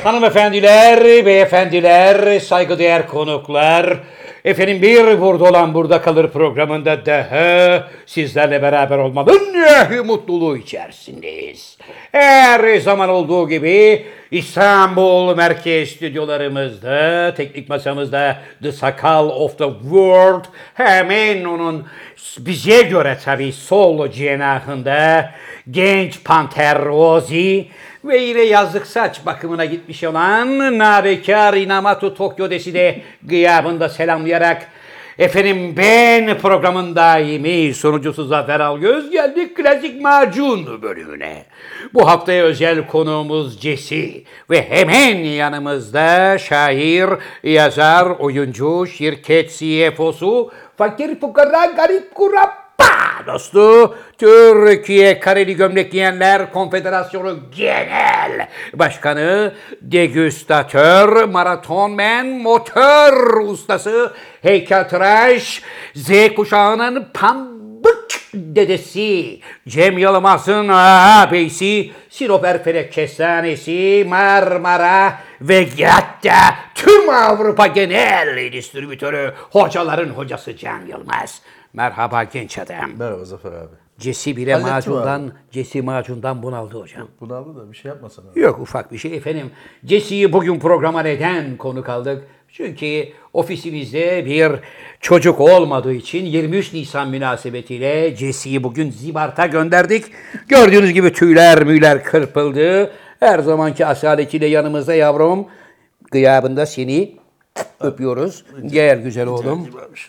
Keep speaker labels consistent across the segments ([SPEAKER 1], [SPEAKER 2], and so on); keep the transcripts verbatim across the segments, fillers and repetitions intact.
[SPEAKER 1] Hanımefendiler, beyefendiler, saygıdeğer konuklar, efendim bir Burada Olan Burada Kalır programında daha sizlerle beraber olmanın mutluluğu içerisindeyiz. Her zaman olduğu gibi İstanbul Merkez Stüdyolarımızda, teknik masamızda The Sakal of the World, hemen onun bize göre tabii sol cenahında genç panter Rozi ve yine yazlık saç bakımına gitmiş olan nabekar Inamatu Tokyo Desi de gıyabında selamlayarak efendim ben programın daimi sunucusu Zafer Algöz geldik klasik macun bölümüne. Bu haftaya özel konuğumuz Cesi ve hemen yanımızda şair, yazar, oyuncu, şirket C F O'su, fakir fukara garip kurap dostu, Türkiye Kareli Gömlek Giyenler Konfederasyonu Genel Başkanı, degüstatör, maratonmen, motor ustası, heykeltıraş, Z kuşağının pambık dedesi, Cem Yılmaz'ın ağabeysi, Sinop Erfelek Kestanesi, Marmara ve hatta tüm Avrupa Genel Distribütörü, hocaların hocası Can Yılmaz. Merhaba genç adam.
[SPEAKER 2] Merhaba Zafer abi.
[SPEAKER 1] Cesi bile macundan, Cesi macundan bunaldı hocam.
[SPEAKER 2] Bunaldı da bir şey yapmasana abi.
[SPEAKER 1] Yok ufak bir şey efendim. Cesi'yi bugün programa neden konuk aldık? Çünkü ofisimizde bir çocuk olmadığı için yirmi üç Nisan münasebetiyle Cesi'yi bugün Zibart'a gönderdik. Gördüğünüz gibi tüyler müyler kırpıldı. Her zamanki asaletiyle yanımızda yavrum. Gıyabında seni öpüyoruz. Gel güzel oğlum.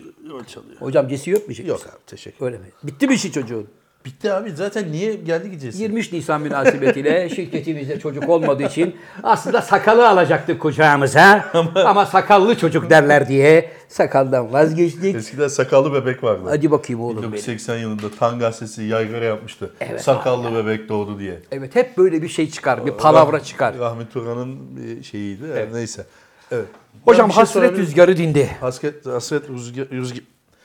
[SPEAKER 1] Hocam Cesi öpmeyecek
[SPEAKER 2] Yok
[SPEAKER 1] misin?
[SPEAKER 2] abi teşekkür
[SPEAKER 1] Öyle mi? Bitti mi işi çocuğun?
[SPEAKER 2] Bitti abi zaten niye geldi gideceğiz?
[SPEAKER 1] yirmi üç Nisan münasebetiyle şirketimizde çocuk olmadığı için aslında sakalı alacaktık kucağımıza ama, ama sakallı çocuk derler diye sakaldan vazgeçtik.
[SPEAKER 2] Eskiden sakallı bebek vardı.
[SPEAKER 1] Hadi bakayım oğlum
[SPEAKER 2] bin dokuz yüz
[SPEAKER 1] benim.
[SPEAKER 2] seksen yılında Tan gazetesi yaygara yapmıştı.
[SPEAKER 1] Evet
[SPEAKER 2] sakallı
[SPEAKER 1] abi.
[SPEAKER 2] bebek doğdu diye.
[SPEAKER 1] Evet hep böyle bir şey çıkar, bir palavra çıkar.
[SPEAKER 2] Rahmi Turan'ın bir şeyiydi. Evet. Yani neyse. Evet.
[SPEAKER 1] Hocam
[SPEAKER 2] bir şey
[SPEAKER 1] hasret
[SPEAKER 2] sorabilir-
[SPEAKER 1] rüzgarı dindi.
[SPEAKER 2] Hasret, hasret rüzgar, rüzgar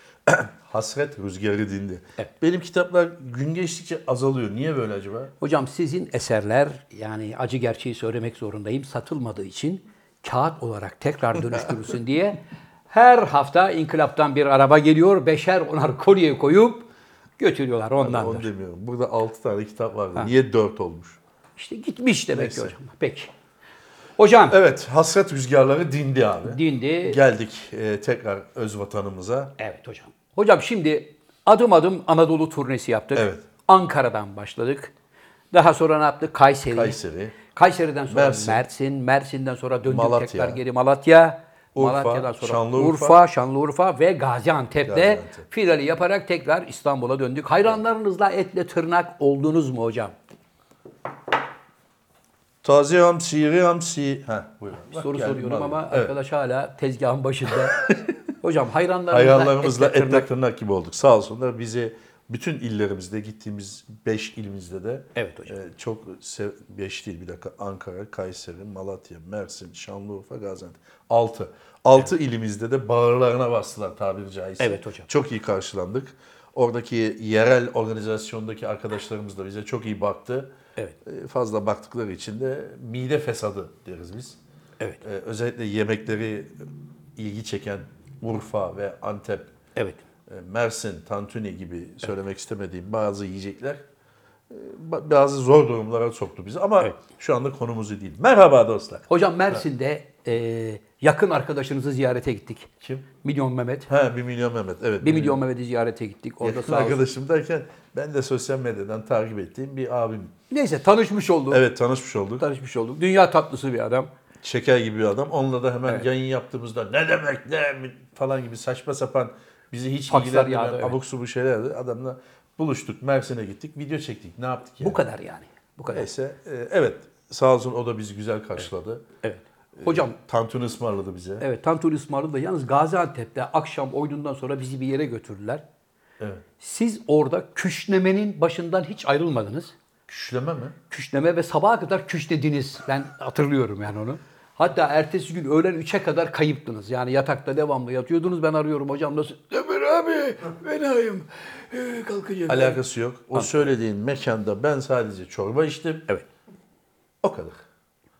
[SPEAKER 2] hasret rüzgarı dindi.
[SPEAKER 1] Evet.
[SPEAKER 2] Benim kitaplar gün geçtikçe azalıyor. Niye böyle acaba?
[SPEAKER 1] Hocam sizin eserler, yani acı gerçeği söylemek zorundayım, satılmadığı için kağıt olarak tekrar dönüştürülsün diye her hafta inkılaptan bir araba geliyor, beşer onar kolye koyup götürüyorlar
[SPEAKER 2] Onu
[SPEAKER 1] ondandır.
[SPEAKER 2] demiyorum. Burada altı tane kitap vardı. Ha. Niye dört olmuş?
[SPEAKER 1] İşte gitmiş demek
[SPEAKER 2] Neyse.
[SPEAKER 1] ki hocam. Peki. Hocam.
[SPEAKER 2] Evet, hasret rüzgarları dindi abi.
[SPEAKER 1] Dindi.
[SPEAKER 2] Geldik e, tekrar öz vatanımıza.
[SPEAKER 1] Evet hocam. Hocam şimdi adım adım Anadolu turnesi yaptık.
[SPEAKER 2] Evet.
[SPEAKER 1] Ankara'dan başladık. Daha sonra ne yaptık? Kayseri.
[SPEAKER 2] Kayseri.
[SPEAKER 1] Kayseri'den sonra
[SPEAKER 2] Mersin.
[SPEAKER 1] Mersin. Mersin'den sonra döndük
[SPEAKER 2] Malatya.
[SPEAKER 1] tekrar geri Malatya.
[SPEAKER 2] Urfa,
[SPEAKER 1] Malatya'dan sonra
[SPEAKER 2] Şanlıurfa.
[SPEAKER 1] Urfa, Şanlıurfa ve Gaziantep'te
[SPEAKER 2] Gaziantep.
[SPEAKER 1] finali yaparak tekrar İstanbul'a döndük. Hayranlarınızla etle tırnak oldunuz mu hocam?
[SPEAKER 2] Taze hamsi, iri hamsi. Heh, buyurun. Bak,
[SPEAKER 1] Soru
[SPEAKER 2] geldim
[SPEAKER 1] soruyorum
[SPEAKER 2] abi.
[SPEAKER 1] ama
[SPEAKER 2] Evet.
[SPEAKER 1] arkadaş hala tezgahın başında. Hocam hayranlarımızla,
[SPEAKER 2] Hayranlarımızla
[SPEAKER 1] etle
[SPEAKER 2] etle tırnak gibi olduk. Sağ olsunlar bizi bütün illerimizde gittiğimiz beş ilimizde de
[SPEAKER 1] Evet hocam.
[SPEAKER 2] e, çok sev- beş değil bir dakika Ankara, Kayseri, Malatya, Mersin, Şanlıurfa, Gaziantep. altı. altı evet. ilimizde de bağırlarına bastılar tabiri caizse.
[SPEAKER 1] Evet hocam.
[SPEAKER 2] Çok iyi karşılandık. Oradaki yerel organizasyondaki arkadaşlarımız da bize çok iyi baktı.
[SPEAKER 1] Evet.
[SPEAKER 2] E, Fazla baktıkları için de mide fesadı deriz biz.
[SPEAKER 1] Evet.
[SPEAKER 2] E, Özellikle yemekleri ilgi çeken Urfa ve Antep,
[SPEAKER 1] Evet.
[SPEAKER 2] Mersin, tantuni gibi söylemek istemediğim bazı yiyecekler bazı zor durumlara soktu bizi. Ama evet. Şu anda konumuzu değil. Merhaba dostlar.
[SPEAKER 1] Hocam Mersin'de e, yakın arkadaşınızı ziyarete gittik.
[SPEAKER 2] Kim?
[SPEAKER 1] Milyon Mehmet.
[SPEAKER 2] Ha, bir milyon Mehmet. Evet.
[SPEAKER 1] Bir milyon Mehmet'i ziyarete gittik. Orada
[SPEAKER 2] yakın
[SPEAKER 1] sağ
[SPEAKER 2] arkadaşım derken ben de sosyal medyadan takip ettiğim bir abim.
[SPEAKER 1] Neyse tanışmış olduk.
[SPEAKER 2] Evet tanışmış olduk.
[SPEAKER 1] Tanışmış olduk. Dünya tatlısı bir adam.
[SPEAKER 2] Şeker gibi bir adam. Onunla da hemen
[SPEAKER 1] evet.
[SPEAKER 2] yayın yaptığımızda ne demek ne falan gibi saçma sapan bizi hiç
[SPEAKER 1] Fakslar
[SPEAKER 2] ilgilendirmeyen
[SPEAKER 1] yağdı, evet.
[SPEAKER 2] abuk subuk şeylerdi. Adamla buluştuk. Mersin'e gittik. Video çektik. Ne yaptık yani?
[SPEAKER 1] Bu kadar yani. Bu kadar.
[SPEAKER 2] Neyse. E, evet. Sağ olsun o da bizi güzel karşıladı.
[SPEAKER 1] Evet. evet. Hocam.
[SPEAKER 2] E, tantuni ısmarladı bize.
[SPEAKER 1] Evet. Tantuni ısmarladı da yalnız Gaziantep'te akşam oyunundan sonra bizi bir yere götürdüler.
[SPEAKER 2] Evet.
[SPEAKER 1] Siz orada küşlemenin başından hiç ayrılmadınız.
[SPEAKER 2] Küşleme mi?
[SPEAKER 1] Küşleme ve sabaha kadar küşlediniz. Ben hatırlıyorum yani onu. Hatta ertesi gün öğlen üçe kadar kayıptınız. Yani yatakta devamlı yatıyordunuz. Ben arıyorum hocam nasıl? Ömer abi ben ayım. Ee, kalkacağım.
[SPEAKER 2] Alakası yok. O
[SPEAKER 1] ha.
[SPEAKER 2] söylediğin mekanda ben sadece çorba içtim.
[SPEAKER 1] Evet.
[SPEAKER 2] O kadar.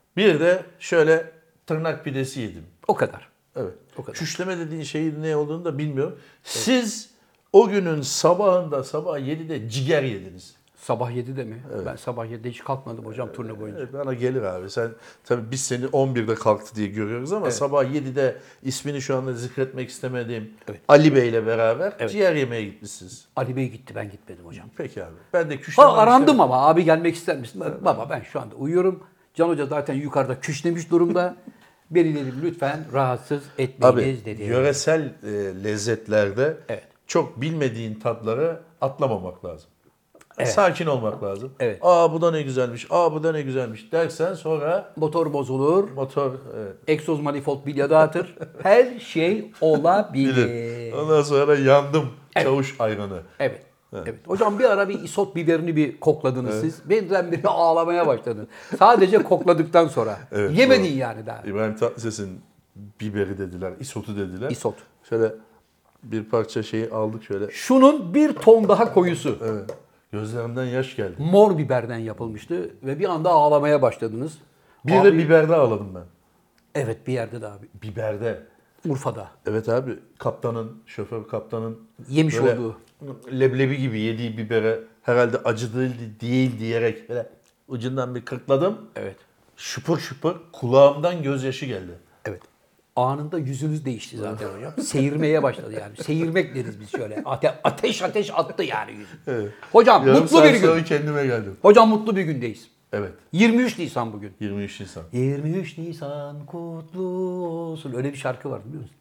[SPEAKER 2] Bir de şöyle tırnak pidesi yedim.
[SPEAKER 1] O kadar.
[SPEAKER 2] Evet.
[SPEAKER 1] O kadar.
[SPEAKER 2] Küşleme dediğin şeyin ne olduğunu da bilmiyorum. Siz o günün sabahında sabah yedide ciğer yediniz.
[SPEAKER 1] Sabah yedide mi? Ben sabah yedide hiç kalkmadım hocam turne boyunca.
[SPEAKER 2] Evet, bana gelir abi. Sen tabii biz seni on birde kalktı diye görüyoruz ama
[SPEAKER 1] Evet.
[SPEAKER 2] sabah yedide ismini şu anda zikretmek istemediğim
[SPEAKER 1] Evet.
[SPEAKER 2] Ali Bey ile beraber
[SPEAKER 1] Evet.
[SPEAKER 2] ciğer yemeye gitmişsiniz.
[SPEAKER 1] Ali Bey gitti, ben gitmedim hocam.
[SPEAKER 2] Peki abi. Ben de küşleme
[SPEAKER 1] Ha, arandım ama abi gelmek ister misin? Baba ben şu anda uyuyorum. Can Hoca zaten yukarıda küşlemiş durumda. Beni dedim lütfen rahatsız etmeyiniz
[SPEAKER 2] Abi
[SPEAKER 1] dedi.
[SPEAKER 2] yöresel e, lezzetlerde
[SPEAKER 1] Evet.
[SPEAKER 2] çok bilmediğin tatları atlamamak lazım.
[SPEAKER 1] Evet.
[SPEAKER 2] Sakin olmak lazım.
[SPEAKER 1] Evet.
[SPEAKER 2] Aa bu da ne güzelmiş, aa bu da ne güzelmiş dersen sonra
[SPEAKER 1] Motor bozulur,
[SPEAKER 2] motor evet,
[SPEAKER 1] egzoz manifold bilya dağıtır. Her şey olabilir.
[SPEAKER 2] bilir. Ondan sonra yandım çavuş ayranı.
[SPEAKER 1] Evet. Evet. Hocam bir ara bir isot biberini bir kokladınız siz. Benden beri ağlamaya başladın. Sadece kokladıktan sonra.
[SPEAKER 2] Evet,
[SPEAKER 1] Yemedin
[SPEAKER 2] doğru.
[SPEAKER 1] yani daha.
[SPEAKER 2] İbrahim Tatlıses'in biberi dediler, isotu dediler.
[SPEAKER 1] İsot.
[SPEAKER 2] Şöyle bir parça şeyi aldık şöyle.
[SPEAKER 1] Şunun bir ton daha koyusu.
[SPEAKER 2] Evet. Gözlerimden yaş geldi.
[SPEAKER 1] Mor biberden yapılmıştı ve bir anda ağlamaya başladınız.
[SPEAKER 2] Bir
[SPEAKER 1] Abi-
[SPEAKER 2] de biberde ağladım ben.
[SPEAKER 1] Evet, bir yerde de abi.
[SPEAKER 2] Biberde.
[SPEAKER 1] Urfa'da.
[SPEAKER 2] Evet abi kaptanın, şoför kaptanın
[SPEAKER 1] Yemiş
[SPEAKER 2] böyle
[SPEAKER 1] olduğu.
[SPEAKER 2] leblebi gibi yediği bibere herhalde acı değil, değil diyerek böyle ucundan bir kırkladım.
[SPEAKER 1] Evet.
[SPEAKER 2] Şıpır şıpır kulağımdan gözyaşı geldi.
[SPEAKER 1] Evet. Anında yüzünüz değişti zaten hocam. Seyirmeye başladı yani. Seyirmek deriz biz şöyle. Ate- ateş ateş attı yani yüzü.
[SPEAKER 2] Evet.
[SPEAKER 1] Hocam
[SPEAKER 2] Yarım
[SPEAKER 1] mutlu
[SPEAKER 2] saat
[SPEAKER 1] bir gün.
[SPEAKER 2] sonra kendime geldim.
[SPEAKER 1] Hocam mutlu bir gündeyiz.
[SPEAKER 2] Evet.
[SPEAKER 1] yirmi üç Nisan bugün.
[SPEAKER 2] yirmi üç Nisan.
[SPEAKER 1] yirmi üç Nisan kutlu olsun. Öyle bir şarkı var biliyor musun?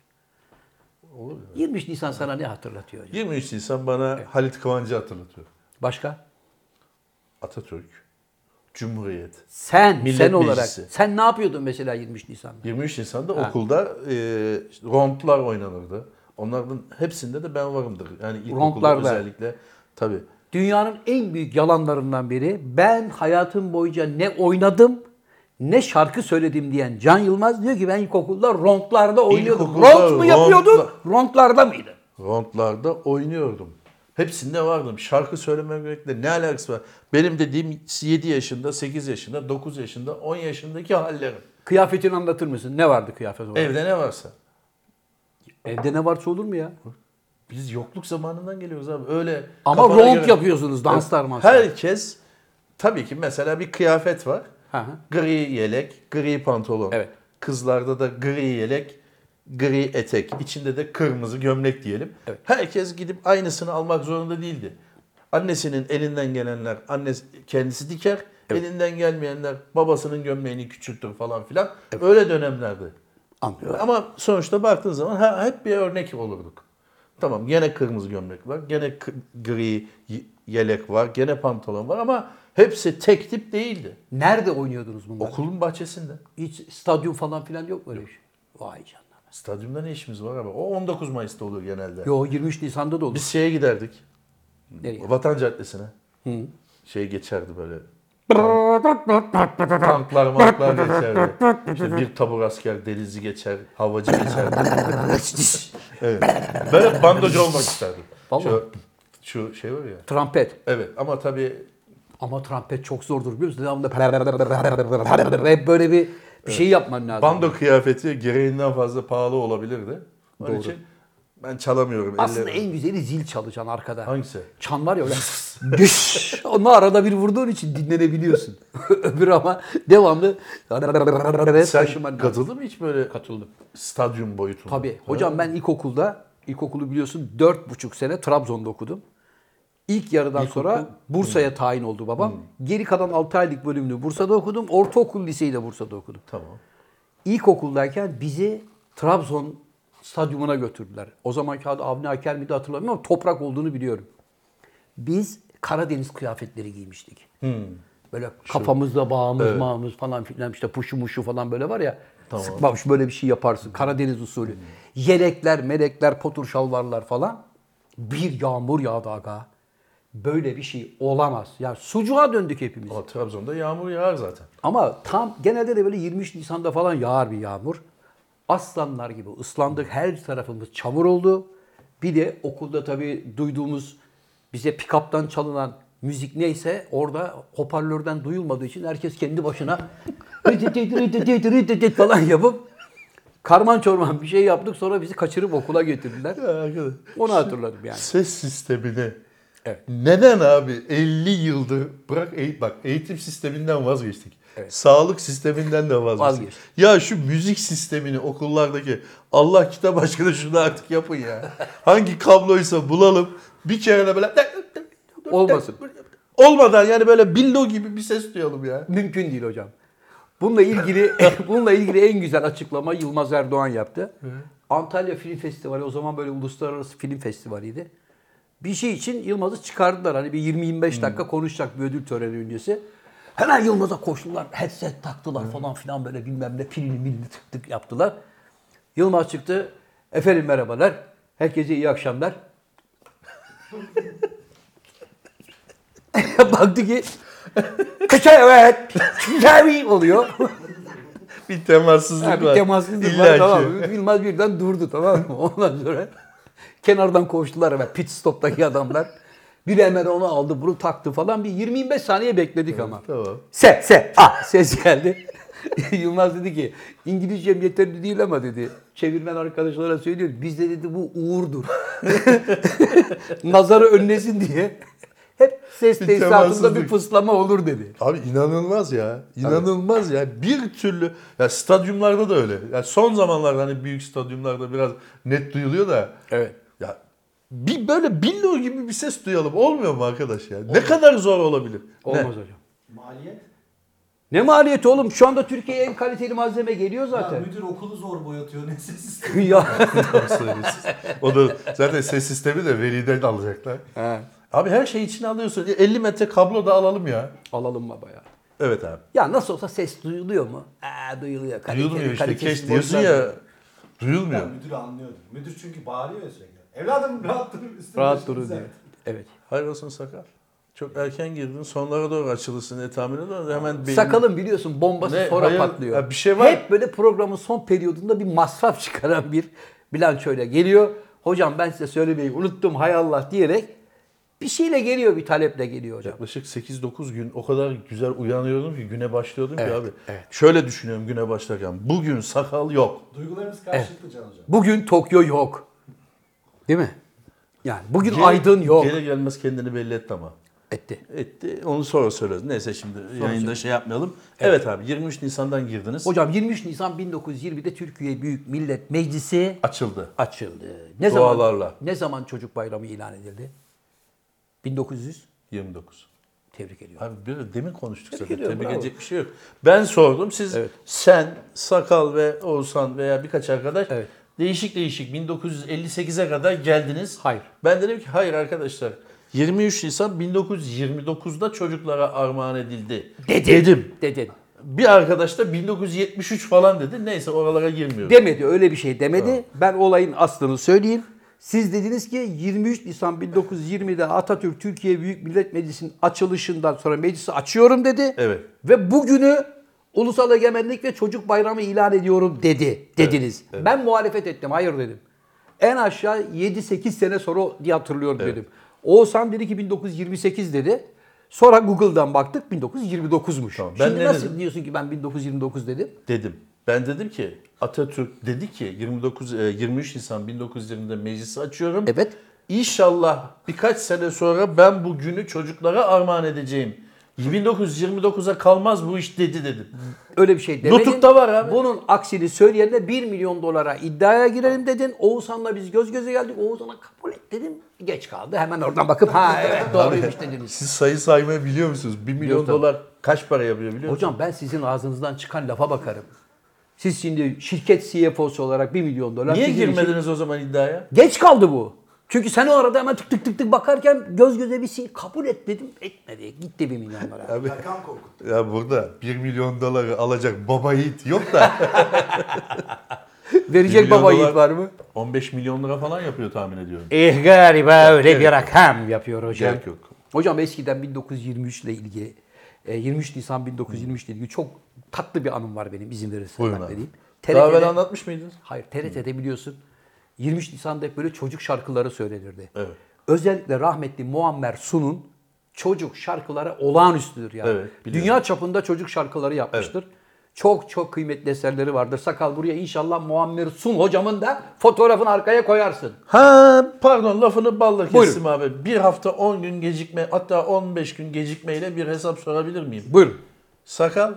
[SPEAKER 2] Olur ya.
[SPEAKER 1] yirmi üç Nisan sana ne hatırlatıyor hocam?
[SPEAKER 2] yirmi üç Nisan bana Halit Kıvancı hatırlatıyor.
[SPEAKER 1] Başka?
[SPEAKER 2] Atatürk, Cumhuriyet.
[SPEAKER 1] Sen,
[SPEAKER 2] Millet
[SPEAKER 1] sen olarak.
[SPEAKER 2] Meclisi.
[SPEAKER 1] Sen ne yapıyordun mesela yirmi üç Nisan'da?
[SPEAKER 2] yirmi üç Nisan'da okulda e, işte romplar oynanırdı. Onların hepsinde de ben varımdır. Yani ilkokulda
[SPEAKER 1] Romplarda.
[SPEAKER 2] özellikle tabii.
[SPEAKER 1] Dünyanın en büyük yalanlarından biri, ben hayatım boyunca ne oynadım ne şarkı söyledim diyen Can Yılmaz diyor ki ben ilkokulda rontlarda oynuyordum.
[SPEAKER 2] İlkokulda
[SPEAKER 1] Ront mu yapıyordun?
[SPEAKER 2] rontla-
[SPEAKER 1] Rontlarda mıydın?
[SPEAKER 2] Rontlarda oynuyordum. Hepsinde vardım. Şarkı söylemekle ne alakası var? Benim dediğim yedi yaşında, sekiz yaşında, dokuz yaşında, on yaşındaki hallerim.
[SPEAKER 1] Kıyafetini anlatır mısın? Ne vardı kıyafet olarak?
[SPEAKER 2] Evde ne varsa.
[SPEAKER 1] Evde ne varsa olur mu ya?
[SPEAKER 2] Biz yokluk zamanından geliyoruz abi. Öyle
[SPEAKER 1] Ama
[SPEAKER 2] kafana
[SPEAKER 1] ront
[SPEAKER 2] göre-
[SPEAKER 1] yapıyorsunuz, danslar manslar.
[SPEAKER 2] Herkes tabii ki mesela bir kıyafet var.
[SPEAKER 1] Hı hı.
[SPEAKER 2] Gri yelek, gri pantolon.
[SPEAKER 1] Evet.
[SPEAKER 2] Kızlarda da gri yelek, gri etek. İçinde de kırmızı gömlek diyelim.
[SPEAKER 1] Evet.
[SPEAKER 2] Herkes gidip aynısını almak zorunda değildi. Annesinin elinden gelenler annesi kendisi diker. Elinden gelmeyenler babasının gömleğini küçültür falan filan. Öyle dönemlerdi.
[SPEAKER 1] Anlıyorum.
[SPEAKER 2] Ama sonuçta baktığın zaman ha, hep bir örnek olurduk. Tamam gene kırmızı gömlek var, gene k- gri y- yelek var, gene pantolon var ama hepsi tek tip değildi.
[SPEAKER 1] Nerede oynuyordunuz bunları?
[SPEAKER 2] Okulun bahçesinde.
[SPEAKER 1] Hiç stadyum falan filan yok böyle bir şey. Vay canına.
[SPEAKER 2] Stadyumda ne işimiz var abi? O on dokuz Mayıs'ta oluyor genelde.
[SPEAKER 1] Yo yirmi üç Nisan'da da olur.
[SPEAKER 2] Biz şeye giderdik.
[SPEAKER 1] Nereye?
[SPEAKER 2] Vatan Caddesi'ne. Şey geçerdi böyle. Tanklar manklar geçerdi. İşte bir tabur asker denizci geçer, havacı geçerdi. Evet. Ben hep bandocu olmak isterdim.
[SPEAKER 1] Vallahi.
[SPEAKER 2] Şu, şu şey var ya.
[SPEAKER 1] Trompet.
[SPEAKER 2] Evet ama tabii
[SPEAKER 1] Ama trompet çok zordur biliyor musun? Devamlı hep böyle bir bir şey yapman lazım.
[SPEAKER 2] bando kıyafeti gereğinden fazla pahalı olabilirdi. Onun
[SPEAKER 1] Doğru.
[SPEAKER 2] için ben çalamıyorum.
[SPEAKER 1] Aslında
[SPEAKER 2] ellerim.
[SPEAKER 1] en güzeli zil çalacaksın arkada.
[SPEAKER 2] Hangisi?
[SPEAKER 1] Çan var ya öyle. Düş. Onu arada bir vurduğun için dinlenebiliyorsun. Öbür ama devamlı
[SPEAKER 2] Sen
[SPEAKER 1] taşıman lazım.
[SPEAKER 2] katıldın mı hiç böyle
[SPEAKER 1] Katıldım.
[SPEAKER 2] stadyum boyutunda?
[SPEAKER 1] Tabii. Hocam ben ilkokulda, ilkokulu biliyorsun dört buçuk sene Trabzon'da okudum. İlk yarıdan sonra Bursa'ya tayin oldu babam. Geri kalan altı aylık bölümünü Bursa'da okudum. Ortaokul, liseyi de Bursa'da okudum.
[SPEAKER 2] Tamam.
[SPEAKER 1] İlkokuldayken bizi Trabzon stadyumuna götürdüler. O zamanki adı Avni Aker miydi hatırlamıyorum ama toprak olduğunu biliyorum. Biz Karadeniz kıyafetleri giymiştik. Böyle kafamızda bağımız
[SPEAKER 2] Evet.
[SPEAKER 1] mağımız falan filan işte puşu muşu falan böyle var ya. Sıkmamış böyle bir şey yaparsın. Karadeniz usulü. Yelekler, melekler, potur şalvarlar falan. Bir yağmur yağdı aga. Böyle bir şey olamaz. Yani sucuğa döndük hepimiz.
[SPEAKER 2] Ama Trabzon'da yağmur yağar zaten.
[SPEAKER 1] Ama tam genelde de böyle yirmi üç Nisan'da falan yağar bir yağmur. Aslanlar gibi ıslandık. Her tarafımız çamur oldu. Bir de okulda tabii duyduğumuz bize pick-up'tan çalınan müzik neyse orada hoparlörden duyulmadığı için herkes kendi başına Rıtıtıt, rıtıtıt, rıtıtıt falan yapıp karman çorman bir şey yaptık. Sonra bizi kaçırıp okula getirdiler.
[SPEAKER 2] Ya arkadaş,
[SPEAKER 1] Onu hatırladım yani.
[SPEAKER 2] ses sistemini
[SPEAKER 1] Evet.
[SPEAKER 2] neden abi elli yıldır bırak eğitim, bak eğitim sisteminden vazgeçtik.
[SPEAKER 1] Evet.
[SPEAKER 2] Sağlık sisteminden de vazgeçtik.
[SPEAKER 1] Vazgeçtik.
[SPEAKER 2] Ya şu müzik sistemini okullardaki Allah kitap aşkına şunu artık yapın ya. Hangi kabloysa bulalım. Bir kere de böyle
[SPEAKER 1] Olmasın.
[SPEAKER 2] olmadan yani böyle billo gibi bir ses duyalım ya.
[SPEAKER 1] Mümkün değil hocam. Bununla ilgili bununla ilgili en güzel açıklama Yılmaz Erdoğan yaptı. Antalya Film Festivali o zaman böyle uluslararası film festivaliydi. Bir şey için Yılmaz'ı çıkardılar. Hani bir yirmi yirmi beş dakika konuşacak bir ödül töreni öncesi. Hemen Yılmaz'a koştular. Headset taktılar falan filan böyle bilmem ne pilini milini tık tık yaptılar. Yılmaz çıktı. Efendim merhabalar. Herkese iyi akşamlar. Baktı ki kısa evet güzel oluyor.
[SPEAKER 2] Bir temassızlık
[SPEAKER 1] Ha, bir
[SPEAKER 2] var.
[SPEAKER 1] temassızlık
[SPEAKER 2] İlla
[SPEAKER 1] var
[SPEAKER 2] ki.
[SPEAKER 1] tamam mı? Yılmaz birden durdu tamam mı? Ondan sonra kenardan koştular hemen pit stop'taki adamlar. Biri hemen onu aldı bunu taktı falan bir yirmi yirmi beş saniye bekledik ama.
[SPEAKER 2] Tamam.
[SPEAKER 1] Se se ah ses geldi. Yılmaz dedi ki İngilizcem yeterli değil ama dedi. Çevirmen arkadaşlara söylüyor. Bizde dedi bu uğurdur. Nazarı önlesin diye. Hep ses
[SPEAKER 2] Bir
[SPEAKER 1] tesisatında
[SPEAKER 2] temassızlık.
[SPEAKER 1] bir fıslama olur dedi.
[SPEAKER 2] Abi inanılmaz ya. İnanılmaz ya. Bir türlü ya stadyumlarda da öyle. Ya son zamanlarda hani büyük stadyumlarda biraz net duyuluyor da.
[SPEAKER 1] Evet.
[SPEAKER 2] Ya bir böyle billo gibi bir ses duyalım. Olmuyor mu arkadaş ya? Ne kadar zor olabilir?
[SPEAKER 1] Olmaz
[SPEAKER 2] Ne?
[SPEAKER 1] hocam.
[SPEAKER 3] Maliyet?
[SPEAKER 1] Ne maliyeti oğlum? Şu anda Türkiye'ye en kaliteli malzeme geliyor
[SPEAKER 3] Ya
[SPEAKER 1] zaten.
[SPEAKER 3] müdür okulu zor boyatıyor ne ses sistemi.
[SPEAKER 1] Ya.
[SPEAKER 2] Doğru söylüyorsun. O da zaten ses sistemi de veliden alacaklar.
[SPEAKER 1] He.
[SPEAKER 2] Abi her şeyi içine alıyorsun. elli metre kablo da alalım ya.
[SPEAKER 1] Alalım baba ya.
[SPEAKER 2] Evet abi.
[SPEAKER 1] Ya nasıl olsa ses duyuluyor mu? Aa duyuluyor. Kaliteli,
[SPEAKER 2] Duyulmuyor işte.
[SPEAKER 1] kalitesiz
[SPEAKER 2] Keş diyorsun
[SPEAKER 1] boşlar.
[SPEAKER 2] ya. Duyulmuyor.
[SPEAKER 3] Ya müdür anlıyordu. Müdür çünkü bağırıyor ya sürekli. Evladım rahat dur. üstüne
[SPEAKER 1] Rahat
[SPEAKER 3] başını
[SPEAKER 1] durun
[SPEAKER 3] düzelt.
[SPEAKER 1] diyor. Evet.
[SPEAKER 2] Hayır olsun sakal. Çok erken girdin. Sonlara doğru açılırsın diye tahmin ediyorum. Hemen beynin-
[SPEAKER 1] Sakalın biliyorsun bombası
[SPEAKER 2] Ne?
[SPEAKER 1] sonra
[SPEAKER 2] Hayır,
[SPEAKER 1] patlıyor.
[SPEAKER 2] ya bir şey var.
[SPEAKER 1] Hep böyle programın son periyodunda bir masraf çıkaran bir bilançoyla geliyor. Hocam ben size söylemeyi unuttum hay Allah diyerek bir şeyle geliyor, bir taleple geliyor hocam.
[SPEAKER 2] Yaklaşık sekiz dokuz gün o kadar güzel uyanıyordum ki güne başlıyordum
[SPEAKER 1] Evet,
[SPEAKER 2] ki abi.
[SPEAKER 1] evet.
[SPEAKER 2] Şöyle düşünüyorum güne başlarken. Bugün sakal yok.
[SPEAKER 3] Duygularımız karşılıklı Can Hocam.
[SPEAKER 1] Bugün Tokyo yok. Değil mi? Yani bugün
[SPEAKER 2] Gel-
[SPEAKER 1] Aydın yok.
[SPEAKER 2] Gelir gelmez kendini belli etti ama.
[SPEAKER 1] Etti.
[SPEAKER 2] Etti. Onu sonra söyleriz. Neyse şimdi yayında şey yapmayalım. Evet. abi yirmi üç Nisan'dan girdiniz.
[SPEAKER 1] Hocam yirmi üç Nisan bin dokuz yüz yirmide Türkiye Büyük Millet Meclisi
[SPEAKER 2] Açıldı.
[SPEAKER 1] açıldı. Ne zaman
[SPEAKER 2] Dualarla.
[SPEAKER 1] ne zaman çocuk bayramı ilan edildi? bin dokuz yüz.
[SPEAKER 2] yirmi dokuz.
[SPEAKER 1] Tebrik ediyorum.
[SPEAKER 2] Abi böyle demin konuştuk
[SPEAKER 1] Tebrik
[SPEAKER 2] zaten.
[SPEAKER 1] ediyorum,
[SPEAKER 2] Tebrik
[SPEAKER 1] bravo.
[SPEAKER 2] edecek bir şey yok. Ben sordum. Siz
[SPEAKER 1] Evet.
[SPEAKER 2] sen, Sakal ve Oğuzhan veya birkaç arkadaş
[SPEAKER 1] Evet.
[SPEAKER 2] değişik değişik bin dokuz yüz elli sekize kadar geldiniz.
[SPEAKER 1] Hayır.
[SPEAKER 2] Ben dedim ki hayır arkadaşlar. yirmi üç Nisan bin dokuz yüz yirmi dokuzda çocuklara armağan edildi.
[SPEAKER 1] Dedin.
[SPEAKER 2] Dedim.
[SPEAKER 1] Dedin.
[SPEAKER 2] Bir arkadaş da bin dokuz yüz yetmiş üç falan dedi. Neyse oralara girmiyorum.
[SPEAKER 1] Demedi, öyle bir şey demedi. Ben olayın aslını söyleyeyim. Siz dediniz ki yirmi üç Nisan bin dokuz yüz yirmide Atatürk Türkiye Büyük Millet Meclisi'nin açılışından sonra meclisi açıyorum dedi.
[SPEAKER 2] Evet.
[SPEAKER 1] Ve bugünü Ulusal Egemenlik ve Çocuk Bayramı ilan ediyorum dedi. Dediniz.
[SPEAKER 2] evet.
[SPEAKER 1] Ben muhalefet ettim. Hayır dedim. En aşağı yedi sekiz sene sonra diye hatırlıyorum dedim. Oğuzhan dedi ki bin dokuz yüz yirmi sekiz dedi. Sonra Google'dan baktık bin dokuz yüz yirmi dokuzmuş.
[SPEAKER 2] Tamam, ben
[SPEAKER 1] Şimdi
[SPEAKER 2] ne
[SPEAKER 1] nasıl
[SPEAKER 2] dedim?
[SPEAKER 1] diyorsun ki ben bin dokuz yüz yirmi dokuz dedim?
[SPEAKER 2] Dedim. Ben dedim ki Atatürk dedi ki yirmi dokuz e, yirmi üç Nisan bin dokuz yüz yirmide meclisi açıyorum.
[SPEAKER 1] Evet.
[SPEAKER 2] İnşallah birkaç sene sonra ben bu günü çocuklara armağan edeceğim. bin dokuz yüz yirmi dokuza kalmaz bu iş dedi dedim.
[SPEAKER 1] Öyle bir şey demedin.
[SPEAKER 2] Nutuk'ta var abi.
[SPEAKER 1] Bunun aksini söyleyen de bir milyon dolara iddiaya girelim dedin. Oğuzhan'la biz göz göze geldik. Oğuzhan'a kabul et dedim. Geç kaldı. Hemen oradan bakıp ha evet doğruymuş dediniz.
[SPEAKER 2] Siz sayı saymayı biliyor musunuz? bir milyon
[SPEAKER 1] Biliyorum tabii.
[SPEAKER 2] dolar kaç para yapıyor biliyor musunuz?
[SPEAKER 1] Hocam ben sizin ağzınızdan çıkan lafa bakarım. Siz şimdi şirket C F O'su olarak bir milyon dolar.
[SPEAKER 2] Niye
[SPEAKER 1] sizin için-
[SPEAKER 2] girmediniz o zaman iddiaya?
[SPEAKER 1] Geç kaldı bu. Çünkü sen o arada hemen tık tık tık tık bakarken göz göze bir şey kabul et dedim. Etmedi. Gitti bir milyon dolar.
[SPEAKER 2] Abi,
[SPEAKER 3] Rakam korkut.
[SPEAKER 2] ya burada bir milyon doları alacak baba yiğit yok da
[SPEAKER 1] Verecek
[SPEAKER 2] milyon
[SPEAKER 1] baba
[SPEAKER 2] dolar-
[SPEAKER 1] yiğit var mı?
[SPEAKER 2] on beş milyon lira falan yapıyor tahmin ediyorum.
[SPEAKER 1] Eh galiba öyle
[SPEAKER 2] Gerek
[SPEAKER 1] bir
[SPEAKER 2] yok.
[SPEAKER 1] rakam yapıyor hocam.
[SPEAKER 2] Gerek yok.
[SPEAKER 1] Hocam eskiden bin dokuz yüz yirmi üç ile ilgili, e, yirmi üç Nisan bin dokuz yüz yirmi üç ile ilgili çok tatlı bir anım var benim izin verirsen
[SPEAKER 2] Buyurun abi.
[SPEAKER 1] nakledeyim.
[SPEAKER 2] Daha evvel
[SPEAKER 1] T R T'de
[SPEAKER 2] anlatmış mıydınız?
[SPEAKER 1] Hayır T R T'de biliyorsun yirmi üç Nisan'da hep böyle çocuk şarkıları söylenirdi.
[SPEAKER 2] Evet.
[SPEAKER 1] Özellikle rahmetli Muammer Sun'un çocuk şarkıları olağanüstüdür yani.
[SPEAKER 2] Evet, biliyorum.
[SPEAKER 1] Dünya çapında çocuk şarkıları yapmıştır. Çok çok kıymetli eserleri vardır. Sakal, buraya inşallah Muammer Sun hocamın da fotoğrafını arkaya koyarsın.
[SPEAKER 2] Ha pardon lafını balla
[SPEAKER 1] Buyurun.
[SPEAKER 2] kestim abi. Bir hafta on gün gecikme hatta on beş gün gecikmeyle bir hesap sorabilir miyim?
[SPEAKER 1] Buyurun.
[SPEAKER 2] Sakal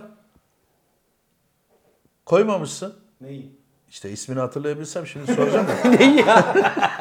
[SPEAKER 2] koymamışsın.
[SPEAKER 3] Neyi?
[SPEAKER 2] İşte ismini hatırlayabilsem şimdi soracağım.
[SPEAKER 1] Neyi ya?